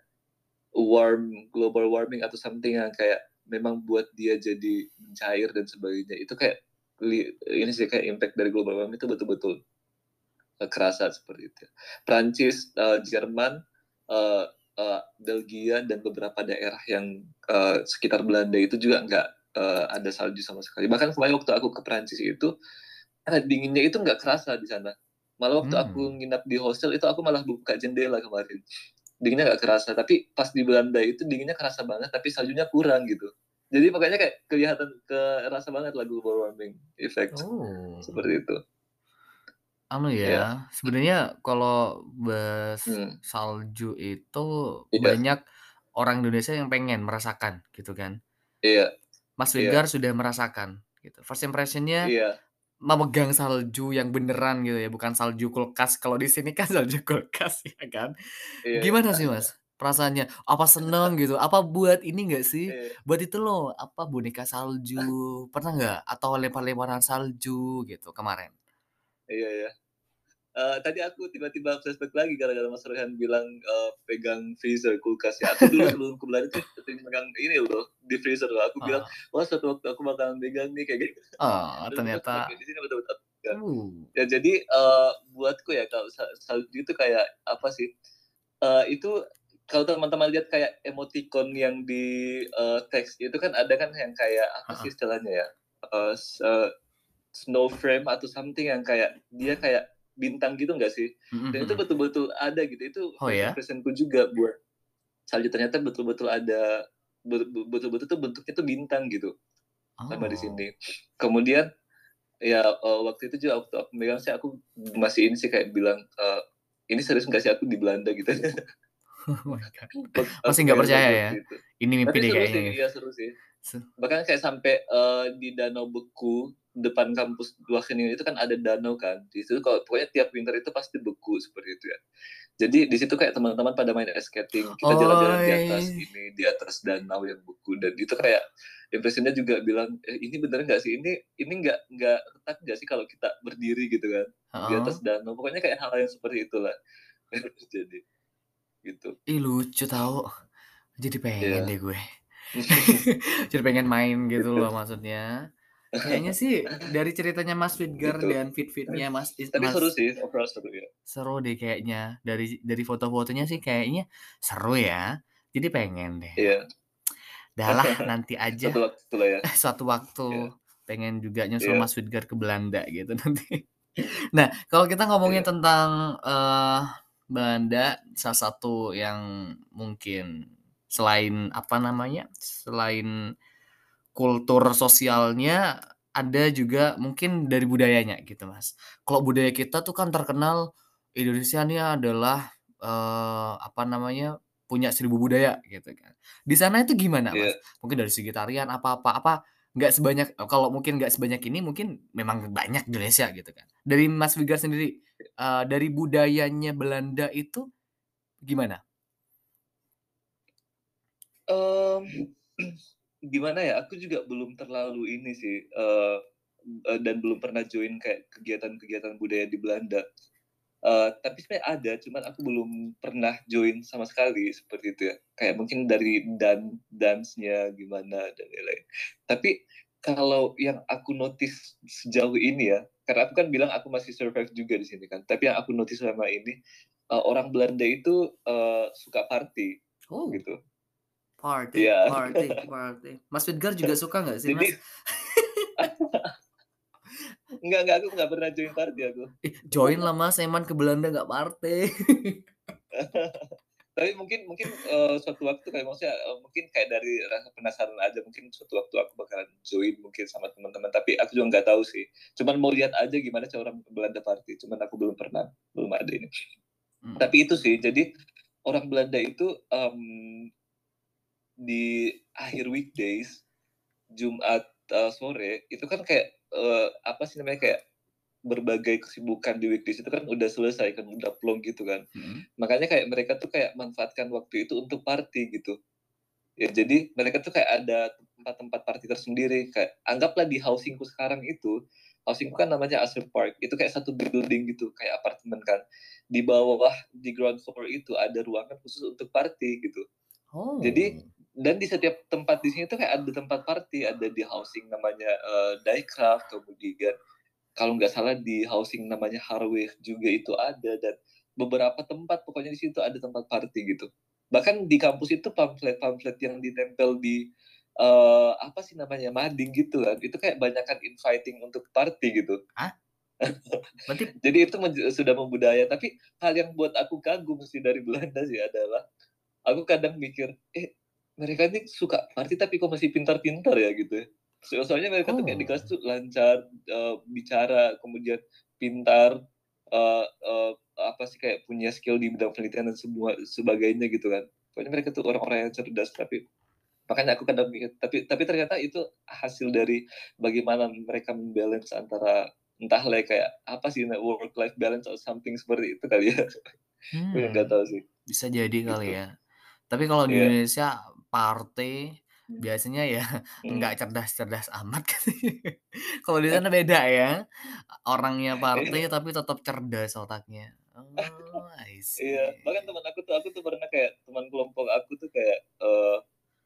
warm global warming atau something yang kayak memang buat dia jadi mencair dan sebagainya itu kayak ini sih kayak impact dari global warming itu betul-betul uh, kerasa seperti itu. Prancis, uh, Jerman, uh, uh, Belgia dan beberapa daerah yang uh, sekitar Belanda itu juga nggak uh, ada salju sama sekali. Bahkan kemarin waktu aku ke Prancis itu uh, dinginnya itu nggak kerasa di sana. Malah waktu aku Hmm. nginap di hostel itu aku malah buka jendela kemarin. Dinginnya nggak kerasa. Tapi pas di Belanda itu dinginnya kerasa banget, tapi saljunya kurang gitu. Jadi makanya kayak kelihatan kerasa banget lah global warming effect Oh. seperti itu. Anu Ya, ya, sebenarnya kalau bahas hmm. salju itu Iya, banyak orang Indonesia yang pengen merasakan gitu kan. iya, Mas iya, Virgar sudah merasakan gitu. First impression-nya iya, memegang salju yang beneran gitu ya, bukan salju kulkas. Kalau di sini kan salju kulkas ya kan. iya, iya, Gimana sih Mas perasaannya? Apa seneng gitu? Apa buat ini enggak sih, iya, buat itu loh, apa, boneka salju, pernah nggak? Atau lempar-lemparan salju gitu kemarin? iya, iya. Uh, tadi aku tiba-tiba flashback lagi gara-gara Mas Rehan bilang uh, pegang freezer kulkas ya. Aku dulu sebelum ke Belanda tuh sering pegang ini loh di freezer loh. Aku bilang, Oh. wah suatu waktu aku bakalan pegang nih kayak gitu. Oh, Dan betul ternyata di sini betul-betul. Ya, Uh. ya jadi uh, buatku ya kalau salju itu kayak apa sih? Uh, itu kalau teman-teman lihat kayak emoticon yang di uh, teks itu kan ada kan yang kayak apa sih Heeh. istilahnya ya? Uh, uh, snow frame atau something yang kayak dia kayak bintang gitu nggak sih? Mhm Dan itu mhm. betul-betul ada gitu. Itu Oh first ya? impressionku juga buat salju, ternyata betul-betul ada, betul-betul tuh bentuknya tuh bintang gitu sama di Oh. sini. Kemudian ya uh, waktu itu juga waktu aku megang sih aku masih ini sih kayak bilang uh, ini serius nggak sih aku di Belanda gitu. Oh my god. Waktu aku Masih nggak megang percaya salju ya? waktu itu. Ini mimpi Tapi deh seru kayaknya sih, nih. iya seru sih. Se Bahkan kayak sampai uh, di Danau Beku depan kampus Wageningen itu kan ada danau kan. Di situ kalau pokoknya tiap winter itu pasti beku seperti itu ya. Jadi di situ kayak teman-teman pada main ice skating, kita jalan-jalan di atas Oi. ini, di atas danau yang beku, dan itu kayak impresinya juga bilang, eh, ini bener nggak sih? Ini ini nggak nggak retak nggak sih kalau kita berdiri gitu kan di Heeh. atas danau? Pokoknya kayak hal yang seperti itulah. Jadi gitu. Ih, lucu tahu. Jadi pengen Ya. deh gue. Jadi pengen main gitu Gitu. loh maksudnya. Kayaknya sih dari ceritanya Mas Vidgar Gitu. dan fit-fitnya Mas is Tapi seru Mas sih, overall seru ya. seru deh kayaknya. Dari dari foto-fotonya sih kayaknya seru ya. Jadi pengen deh. Iya. Dah lah nanti aja Suatu waktu lah ya. suatu waktu Iya. pengen juga nyusul Iya. Mas Vidgar ke Belanda gitu nanti. Nah, kalau kita ngomongin Iya. tentang, eee, Belanda, salah satu yang mungkin selain apa namanya, selain kultur sosialnya, ada juga mungkin dari budayanya gitu, Mas. Kalau budaya kita tuh kan terkenal Indonesia nih adalah, eee, apa namanya, punya seribu budaya gitu kan. Di sana itu gimana, Iya. Mas? Mungkin dari segi tarian apa apa apa nggak sebanyak kalau mungkin nggak sebanyak ini mungkin memang banyak di Indonesia gitu kan. Dari Mas Vigar sendiri, eee, dari budayanya Belanda itu gimana? Mmm, gimana ya, aku juga belum terlalu ini sih, eee eee, dan belum pernah join kayak kegiatan-kegiatan budaya di Belanda. Eee, tapi sebenarnya ada, cuman aku belum pernah join sama sekali, seperti itu ya. Kayak mungkin dari dan dance-nya gimana dan lain-lain. Tapi kalau yang aku notice sejauh ini ya, karena aku kan bilang aku masih survive juga di sini kan, tapi yang aku notice selama ini, eee, orang Belanda itu, eee, suka party, Oh, gitu. party Iya. party party. Mas Vidgar juga suka nggak sih, Jadi Mas? enggak enggak, aku nggak pernah join party aku. Ih, join lah Mas, Eman ke Belanda nggak party. Tapi mungkin mungkin, eee, suatu waktu kayak maksudnya, eee, mungkin kayak dari rasa penasaran aja, mungkin suatu waktu aku bakalan join mungkin sama teman-teman, tapi aku juga nggak tahu sih. Cuman mau lihat aja gimana cara orang Belanda party, cuman aku belum pernah, belum ada ini. Mhm. Tapi itu sih, jadi orang Belanda itu, mmm, di akhir weekdays, Jumat, eee, sore, itu kan kayak, eee, apa sih namanya, kayak berbagai kesibukan di weekdays itu kan udah selesai kan, udah plong gitu kan. Mhm. Makanya kayak mereka tuh kayak manfaatkan waktu itu untuk party gitu. Ya jadi mereka tuh kayak ada tempat-tempat party tersendiri, kayak anggaplah di housing-ku sekarang itu, housing-ku kan namanya Asri Park, itu kayak satu building gitu, kayak apartemen kan. Di bawah, di ground floor itu ada ruangan khusus untuk party gitu. Jadi Oh. dan di setiap tempat di sini tuh kayak ada tempat party, ada di housing namanya, eee, Daycraft, kemudian kalau nggak salah di housing namanya Harwich juga itu ada, dan beberapa tempat pokoknya di situ ada tempat party gitu. Bahkan di kampus itu pamflet-pamflet yang ditempel di, eee, apa sih namanya, mading gitu kan, itu kayak banyakan inviting untuk party gitu. Ah? Berarti Jadi itu menj sudah membudaya, tapi hal yang buat aku kagum sih dari Belanda sih adalah, aku kadang mikir, "Eh, mereka ini suka party tapi kok masih pintar-pintar ya?" Gitu ya. So soalnya mereka tuh kayak di oh, kelas tuh lancar, eee, bicara, kemudian pintar, eee eee, apa sih, kayak punya skill di bidang penelitian dan semua sebagainya gitu kan. Pokoknya mereka tuh orang-orang yang cerdas, tapi makanya aku kadang mikir, tapi tapi ternyata itu hasil dari bagaimana mereka mem-balance antara entahlah ya, kayak apa sih, work life balance atau something seperti itu kali ya. Aku juga nggak hmm, tahu sih, bisa jadi kali gitu. ya. Tapi kalau di Iya. Indonesia party biasanya ya nggak Mhm. cerdas-cerdas amat katanya. Kalau di sana beda ya, orangnya party Iya. tapi tetap cerdas otaknya. Oh, I Iya, bahkan see. teman aku tuh aku tuh pernah kayak teman kelompok aku tuh kayak, eee,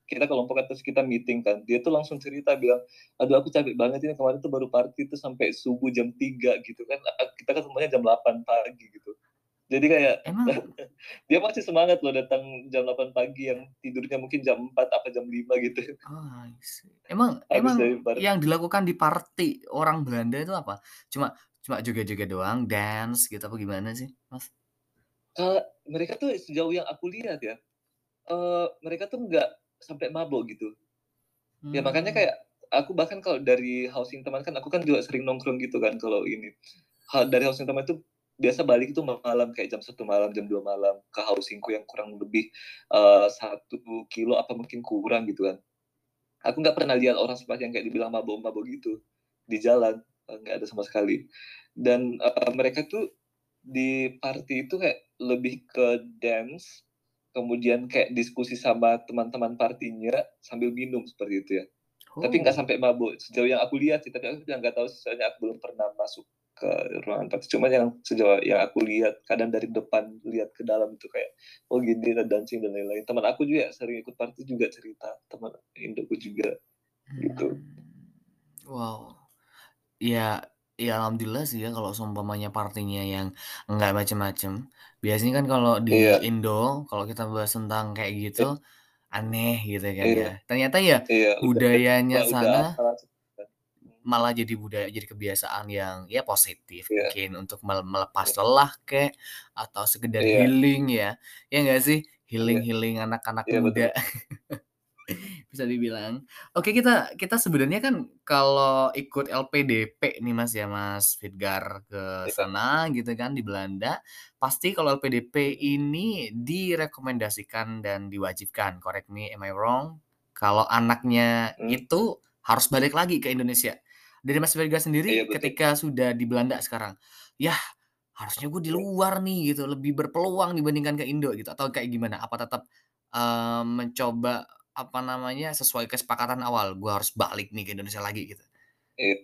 kita kelompokan terus kita meeting kan, dia tuh langsung cerita bilang, "Aduh aku capek banget ini kemarin tuh baru party tuh sampai subuh jam tiga," gitu kan, eee, kita ketemunya jam delapan pagi gitu. Jadi kayak Emang dia masih semangat loh datang jam delapan pagi yang tidurnya mungkin jam empat apa jam lima gitu, oh, I see. Emang habis emang dari party. yang dilakukan di party orang Belanda itu apa? Cuma cuma joget-joget doang, dance gitu apa gimana sih, Mas? Eee, mereka tuh sejauh yang aku lihat ya, eee, mereka tuh nggak sampai mabok gitu. Ya makanya Mmm, kayak aku bahkan kalau dari housing teman kan aku kan juga sering nongkrong gitu kan kalau ini. Ha dari housing teman itu biasa balik itu malam kayak jam satu malam, jam dua malam ke housing-ku yang kurang lebih, eee, satu kilo apa mungkin kurang gitu kan. Aku nggak pernah lihat orang seperti yang kayak dibilang mabok-mabok gitu di jalan, eee, nggak ada sama sekali. Dan, eee, mereka tuh di party itu kayak lebih ke dance, kemudian kayak diskusi sama teman-teman partinya sambil minum seperti itu ya. Tapi nggak oh. sampai mabuk, sejauh yang aku lihat sih, tapi aku juga nggak tahu sih, soalnya aku belum pernah masuk ke ruangan party. Cuman yang sejauh yang aku lihat, kadang dari depan lihat ke dalam itu kayak, oh gini, ada dancing dan lain-lain. Teman aku juga sering ikut party juga cerita, teman Indoku juga, gitu. Mmm, wow. Ya ya alhamdulillah sih ya kalau seumpamanya partinya yang nggak macem-macem. Biasanya kan kalau di Iya, Indo, kalau kita bahas tentang kayak gitu, i aneh gitu kan iya ya. Ternyata ya iya, udah budayanya udah udah sana apa langsung kan. Mhm, malah jadi budaya jadi kebiasaan yang ya positif iya mungkin untuk mele melepas iya lelah kek, atau sekedar iya healing ya. Ya nggak sih? iya Healing-healing anak-anak iya, betul. muda. Bisa dibilang. Oke, kita kita sebenarnya kan kalau ikut L P D P nih Mas ya, Mas Fidgar ke Iya, sana gitu kan di Belanda, pasti kalau L P D P ini direkomendasikan dan diwajibkan, correct me am I wrong, kalau anaknya mmm, itu harus balik lagi ke Indonesia. Dari Mas Fidgar iya sendiri betul, ketika sudah di Belanda sekarang, "Yah, harusnya gue di iya. luar nih," gitu, "lebih berpeluang dibandingkan ke Indo," gitu, atau kayak gimana? Apa tetap, eee, mencoba apa namanya, sesuai kesepakatan awal, gua harus balik nih ke Indonesia lagi gitu. Iya.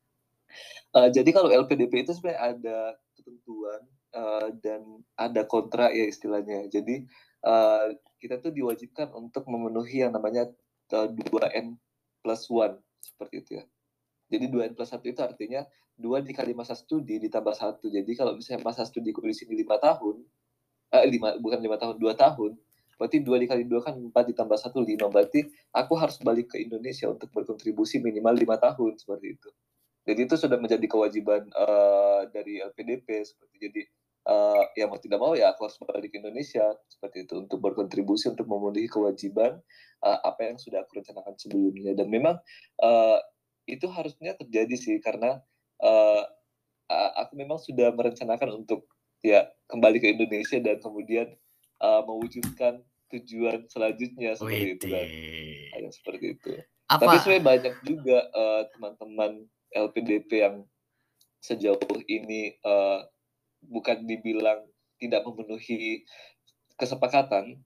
Eee, jadi kalau L P D P itu sebenarnya ada ketentuan, eee, dan ada kontrak ya istilahnya. Jadi, eee, kita tuh diwajibkan untuk memenuhi yang namanya, eee, dua N plus satu seperti itu ya. Jadi dua N plus satu itu artinya dua dikali masa studi ditambah satu. Jadi kalau misalnya masa studiku di sini lima tahun, eh, lima bukan lima tahun, dua tahun, berarti dua dikali dua kan empat ditambah satu lima, berarti aku harus balik ke Indonesia untuk berkontribusi minimal lima tahun, seperti itu. Jadi itu sudah menjadi kewajiban, eee, dari L P D P seperti jadi, eee, ya mau tidak mau ya aku harus balik ke Indonesia, seperti itu, untuk berkontribusi untuk memenuhi kewajiban, eee, apa yang sudah aku rencanakan sebelumnya dan memang, eee, itu harusnya terjadi sih karena, eee, a aku memang sudah merencanakan untuk ya kembali ke Indonesia dan kemudian, eee, mewujudkan tujuan selanjutnya seperti itu kan, Widih. hal yang seperti itu. Tapi Apa sebenarnya banyak juga, eee, teman-teman L P D P yang sejauh ini, eee, bukan dibilang tidak memenuhi kesepakatan,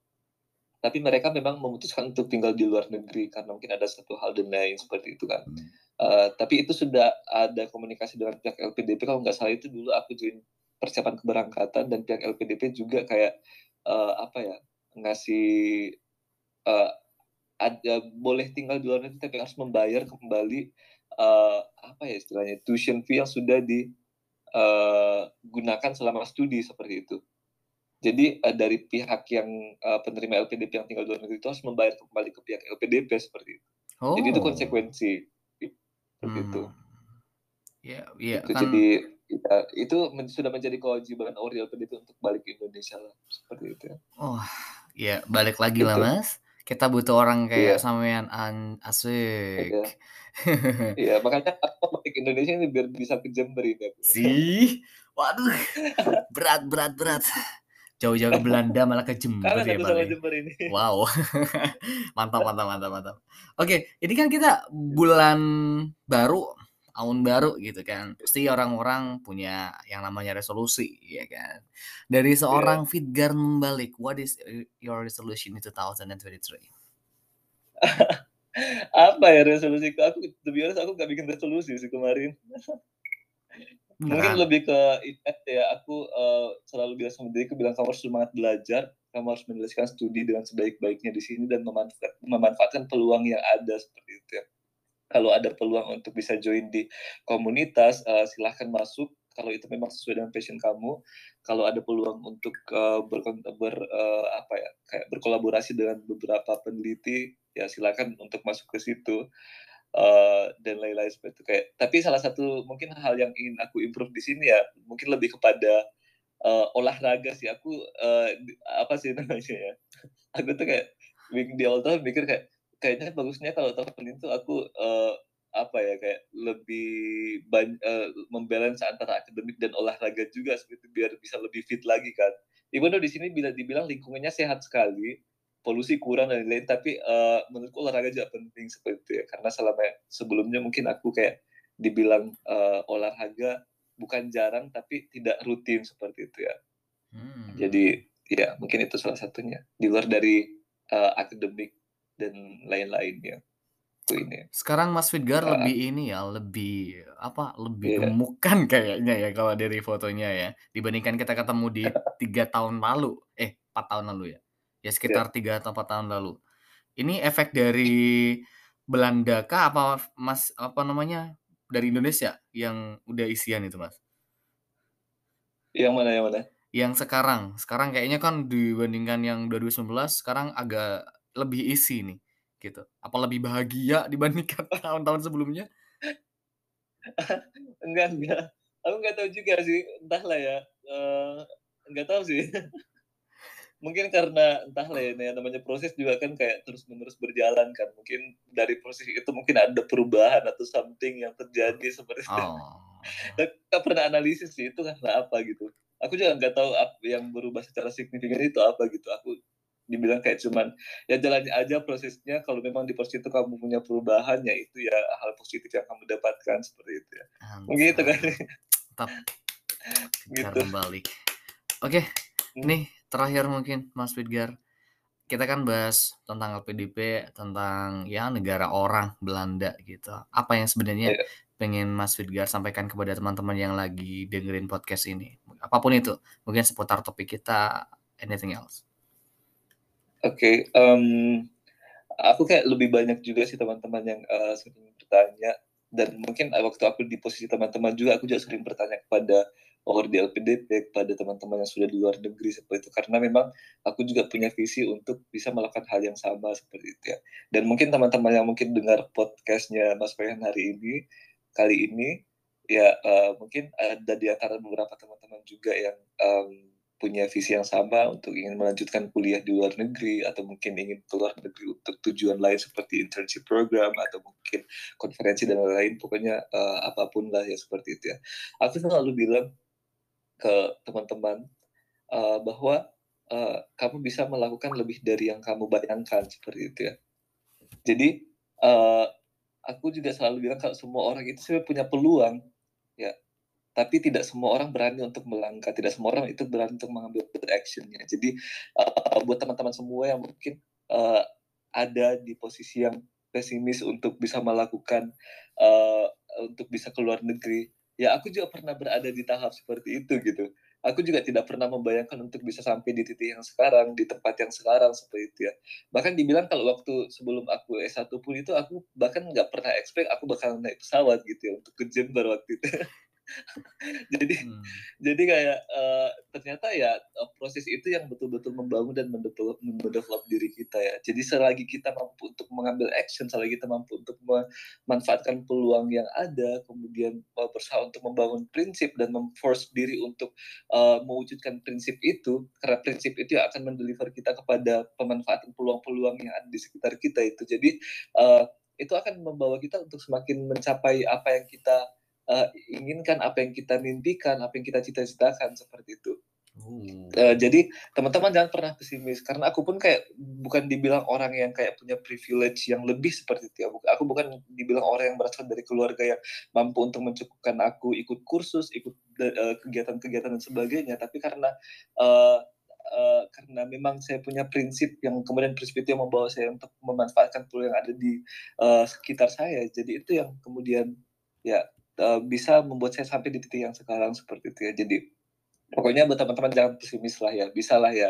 tapi mereka memang memutuskan untuk tinggal di luar negeri karena mungkin ada satu hal dan lain seperti itu kan. Eee, tapi itu sudah ada komunikasi dengan pihak L P D P, kalau nggak salah itu dulu aku join persiapan keberangkatan dan pihak L P D P juga kayak, eee, apa ya, ngasih, eee, ada boleh tinggal di luar negeri tapi harus membayar kembali, eee, apa ya istilahnya, tuition fee yang sudah di Eee, gunakan selama studi seperti itu. Jadi, eee, dari pihak yang, eee, penerima L P D P yang tinggal di luar negeri itu harus membayar kembali ke pihak L P D P seperti itu. Jadi itu oh, konsekuensi, seperti itu. mmm, iya iya Itu kan jadi ya itu men sudah menjadi kewajiban Ori L P D P untuk balik ke Indonesia lah, seperti itu ya. oh, ya balik lagi lah Itu, Mas, kita butuh orang kayak iya sampean an asik. iya iya, makanya aku balik ke Indonesia ini biar bisa ke Jember ini aku. Sih, waduh berat berat berat. Jauh-jauh ke Belanda malah ke Jember Kangen ya aku sama paling. Jember ini. Wow. Mantap mantap mantap mantap. Oke, ini kan kita bulan baru, tahun baru gitu kan. Pasti orang-orang punya yang namanya resolusi, ya kan. Dari Iya. seorang Fitgar membalik, what is, eee, your resolution in twenty twenty-three? Apa ya resolusiku, aku to be honest aku nggak bikin resolusi sih kemarin. Mungkin Beneran? lebih ke ini aja ya, aku, eee, selalu bilang sama diriku bilang, "Kamu harus semangat belajar." kamu harus menyelesaikan studi dengan sebaik-baiknya di sini dan memanfaat, memanfaatkan peluang yang ada seperti itu ya. Kalau ada peluang untuk bisa join di komunitas, uh, silahkan masuk kalau itu memang sesuai dengan passion kamu. Kalau ada peluang untuk uh, ber, ber uh, apa ya kayak berkolaborasi dengan beberapa peneliti, ya silakan untuk masuk ke situ. Uh, dan lain-lain seperti itu kayak. Tapi salah satu mungkin hal yang ingin aku improve di sini ya mungkin lebih kepada uh, olahraga sih. Aku uh, apa sih namanya ya? Aku tuh kayak di awal tahun mikir kayak kayaknya bagusnya kalau tahun ini tuh aku uh, apa ya kayak lebih banyak uh, membalance antara akademik dan olahraga juga seperti biar bisa lebih fit lagi kan. Even though di sini bila dibilang lingkungannya sehat sekali, polusi kurang dan lain-lain, tapi uh, menurutku olahraga juga penting seperti itu ya. Karena selama sebelumnya mungkin aku kayak dibilang uh, olahraga bukan jarang tapi tidak rutin seperti itu ya. Hmm. Jadi ya mungkin itu salah satunya di luar dari uh, akademik dan lain-lainnya. Itu ini. Sekarang Mas Fidgar Uh, lebih ini ya, lebih apa, lebih iya. gemukan kayaknya ya kalau dari fotonya ya, dibandingkan kita ketemu di tiga tahun lalu, eh empat tahun lalu ya? Ya Iya. sekitar tiga atau empat tahun lalu. Ini efek dari Belanda kah apa Mas, apa namanya, dari Indonesia yang udah isian itu Mas? Yang mana yang mana? Yang sekarang, sekarang kayaknya kan dibandingkan yang dua ribu sembilan belas sekarang agak lebih isi nih, gitu. Apa lebih bahagia dibandingkan tahun-tahun sebelumnya? Enggak enggak. Aku nggak tahu juga sih, entahlah ya. Uh, nggak tahu sih. Mungkin karena entahlah ya, ya, namanya proses juga kan kayak terus-menerus berjalan kan. Mungkin dari proses itu mungkin ada perubahan atau something yang terjadi seperti itu. Oh. Nggak pernah analisis sih itu karena apa gitu. Aku juga nggak tahu apa yang berubah secara signifikan itu apa gitu. Aku dibilang kayak cuman ya jalani aja prosesnya. Kalau memang di proses itu kamu punya perubahan ya itu ya hal positif yang kamu dapatkan seperti itu ya. Mungkin itu kan. Mantap. Fidgar Gitu. membalik. Oke, Hmm. nih terakhir mungkin Mas Fidgar. Kita kan bahas tentang L P D P, tentang ya negara orang Belanda gitu. Apa yang sebenarnya Ya. pengen Mas Fidgar sampaikan kepada teman-teman yang lagi dengerin podcast ini? Apapun itu, mungkin seputar topik kita, anything else. Oke, okay, um, aku kayak lebih banyak juga sih teman-teman yang uh, sering bertanya dan mungkin waktu aku di posisi teman-teman juga aku juga sering bertanya kepada orang di L P D P, kepada teman-teman yang sudah di luar negeri seperti itu karena memang aku juga punya visi untuk bisa melakukan hal yang sama seperti itu ya. Dan mungkin teman-teman yang mungkin dengar podcastnya Mas Rayhan hari ini kali ini ya uh, mungkin ada di antara beberapa teman-teman juga yang um, punya visi yang sama untuk ingin melanjutkan kuliah di luar negeri atau mungkin ingin keluar negeri untuk tujuan lain seperti internship program atau mungkin konferensi dan lain-lain pokoknya uh, apapun lah ya seperti itu ya. Aku selalu bilang ke teman-teman uh, bahwa uh, kamu bisa melakukan lebih dari yang kamu bayangkan seperti itu ya. Jadi uh, aku juga selalu bilang kalau semua orang itu sebenarnya punya peluang ya, tapi tidak semua orang berani untuk melangkah, tidak semua orang itu berani untuk mengambil actionnya. Jadi uh, buat teman-teman semua yang mungkin uh, ada di posisi yang pesimis untuk bisa melakukan uh, untuk bisa keluar negeri, ya aku juga pernah berada di tahap seperti itu gitu. Aku juga tidak pernah membayangkan untuk bisa sampai di titik yang sekarang, di tempat yang sekarang seperti itu ya. Bahkan dibilang kalau waktu sebelum aku S satu pun itu aku bahkan nggak pernah expect aku bakal naik pesawat gitu ya untuk ke Jember waktu itu. jadi Hmm. jadi kayak uh, ternyata ya uh, proses itu yang betul-betul membangun dan mendevelop, mendevelop diri kita ya. Jadi selagi kita mampu untuk mengambil action, selagi kita mampu untuk memanfaatkan peluang yang ada, kemudian uh, berusaha untuk membangun prinsip dan memforce diri untuk uh, mewujudkan prinsip itu, karena prinsip itu yang akan mendeliver kita kepada pemanfaatan peluang-peluang yang ada di sekitar kita itu. Jadi uh, itu akan membawa kita untuk semakin mencapai apa yang kita uh, inginkan, apa yang kita mimpikan, apa yang kita cita-citakan seperti itu. Uh. Uh, jadi teman-teman jangan pernah pesimis karena aku pun kayak bukan dibilang orang yang kayak punya privilege yang lebih seperti itu ya. Aku bukan dibilang orang yang berasal dari keluarga yang mampu untuk mencukupkan aku ikut kursus, ikut uh, kegiatan-kegiatan dan sebagainya, tapi karena uh, Uh, karena memang saya punya prinsip yang kemudian prinsip itu yang membawa saya untuk memanfaatkan peluang yang ada di uh, sekitar saya. Jadi itu yang kemudian ya uh, bisa membuat saya sampai di titik yang sekarang seperti itu ya. Jadi pokoknya buat teman-teman jangan pesimis lah ya, bisa lah ya.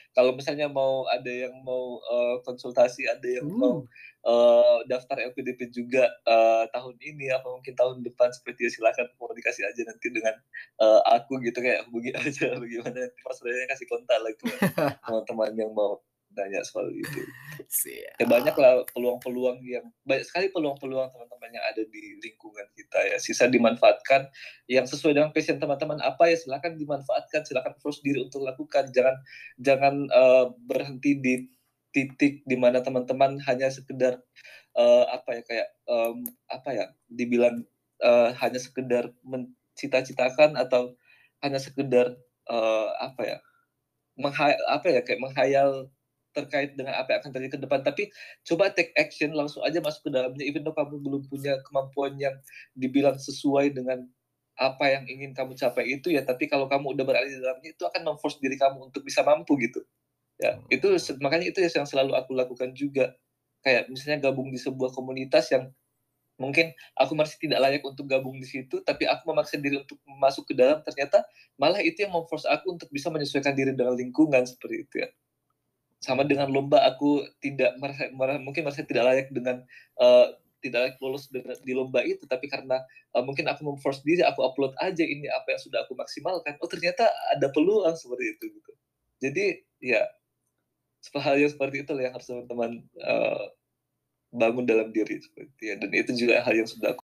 kalau misalnya mau ada yang mau uh, konsultasi, ada yang Uh. mau uh, daftar L P D P juga uh, tahun ini apa mungkin tahun depan seperti ya, silakan komunikasi aja nanti dengan uh, aku gitu, kayak hubungi aja bagaimana, nanti Mas Roy kasih kontak lagi ke teman-teman yang mau nanya soal itu. Ya banyak Siap. lah peluang-peluang yang banyak sekali peluang-peluang teman-teman yang ada di lingkungan kita ya. Sisa dimanfaatkan yang sesuai dengan passion teman-teman apa ya, silakan dimanfaatkan, silakan terus diri untuk lakukan. Jangan jangan uh, berhenti di titik di mana teman-teman hanya sekedar uh, apa ya kayak um, apa ya dibilang uh, hanya sekedar mencita-citakan atau hanya sekedar uh, apa ya menghayal apa ya kayak menghayal terkait dengan apa yang akan terjadi ke depan, tapi coba take action, langsung aja masuk ke dalamnya, even though kamu belum punya kemampuan yang dibilang sesuai dengan apa yang ingin kamu capai itu ya, tapi kalau kamu udah berada di dalamnya, itu akan memforce diri kamu untuk bisa mampu gitu. Ya, itu makanya itu yang selalu aku lakukan juga. Kayak misalnya gabung di sebuah komunitas yang mungkin aku masih tidak layak untuk gabung di situ, tapi aku memaksa diri untuk masuk ke dalam, ternyata malah itu yang memforce aku untuk bisa menyesuaikan diri dengan lingkungan seperti itu ya. Sama dengan lomba, aku tidak merasa, mungkin merasa tidak layak dengan uh, tidak layak lolos di lomba itu, tapi karena uh, mungkin aku memforce diri, aku upload aja ini apa yang sudah aku maksimalkan, oh ternyata ada peluang seperti itu gitu. Jadi ya hal yang seperti itu yang harus teman-teman uh, bangun dalam diri seperti ya, dan itu juga hal yang sudah aku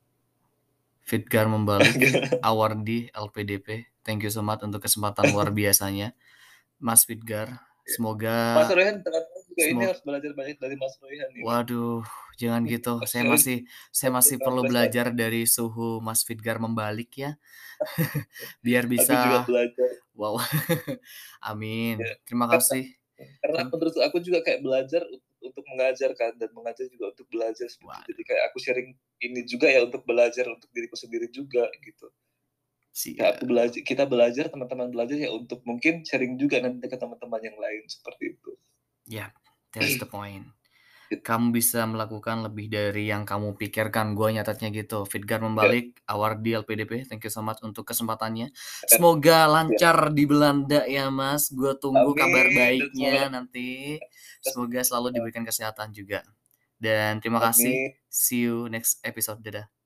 Fitgar membalik Awardi L P D P. Thank you so much untuk kesempatan luar biasanya, Mas Fitgar. Semoga Mas Royhan tengah-tengah juga ini Semog- harus belajar banyak dari Mas Royhan ini. Waduh, jangan gitu. Saya masih saya masih perlu belajar dari suhu Mas Fitgar membalik ya. Biar Aku juga bisa belajar. wow. Amin. Ya. Terima kasih. Karena menurut aku juga kayak belajar untuk mengajar kan, dan mengajar juga untuk belajar. Jadi kayak aku sharing ini juga ya untuk belajar untuk diriku sendiri juga gitu. Ya, aku belajar, kita belajar, teman-teman belajar ya untuk mungkin sharing juga nanti ke teman-teman yang lain seperti itu. Ya, yeah, that's the point. Kamu bisa melakukan lebih dari yang kamu pikirkan. Gua nyatatnya gitu. Fitgar membalik, yeah. Awardi L P D P. Thank you so much untuk kesempatannya. Semoga lancar yeah. di Belanda ya Mas. Gue tunggu Amin. Kabar baiknya nanti. Semoga selalu diberikan kesehatan juga. Dan terima kasih. Amin. See you next episode. Dadah.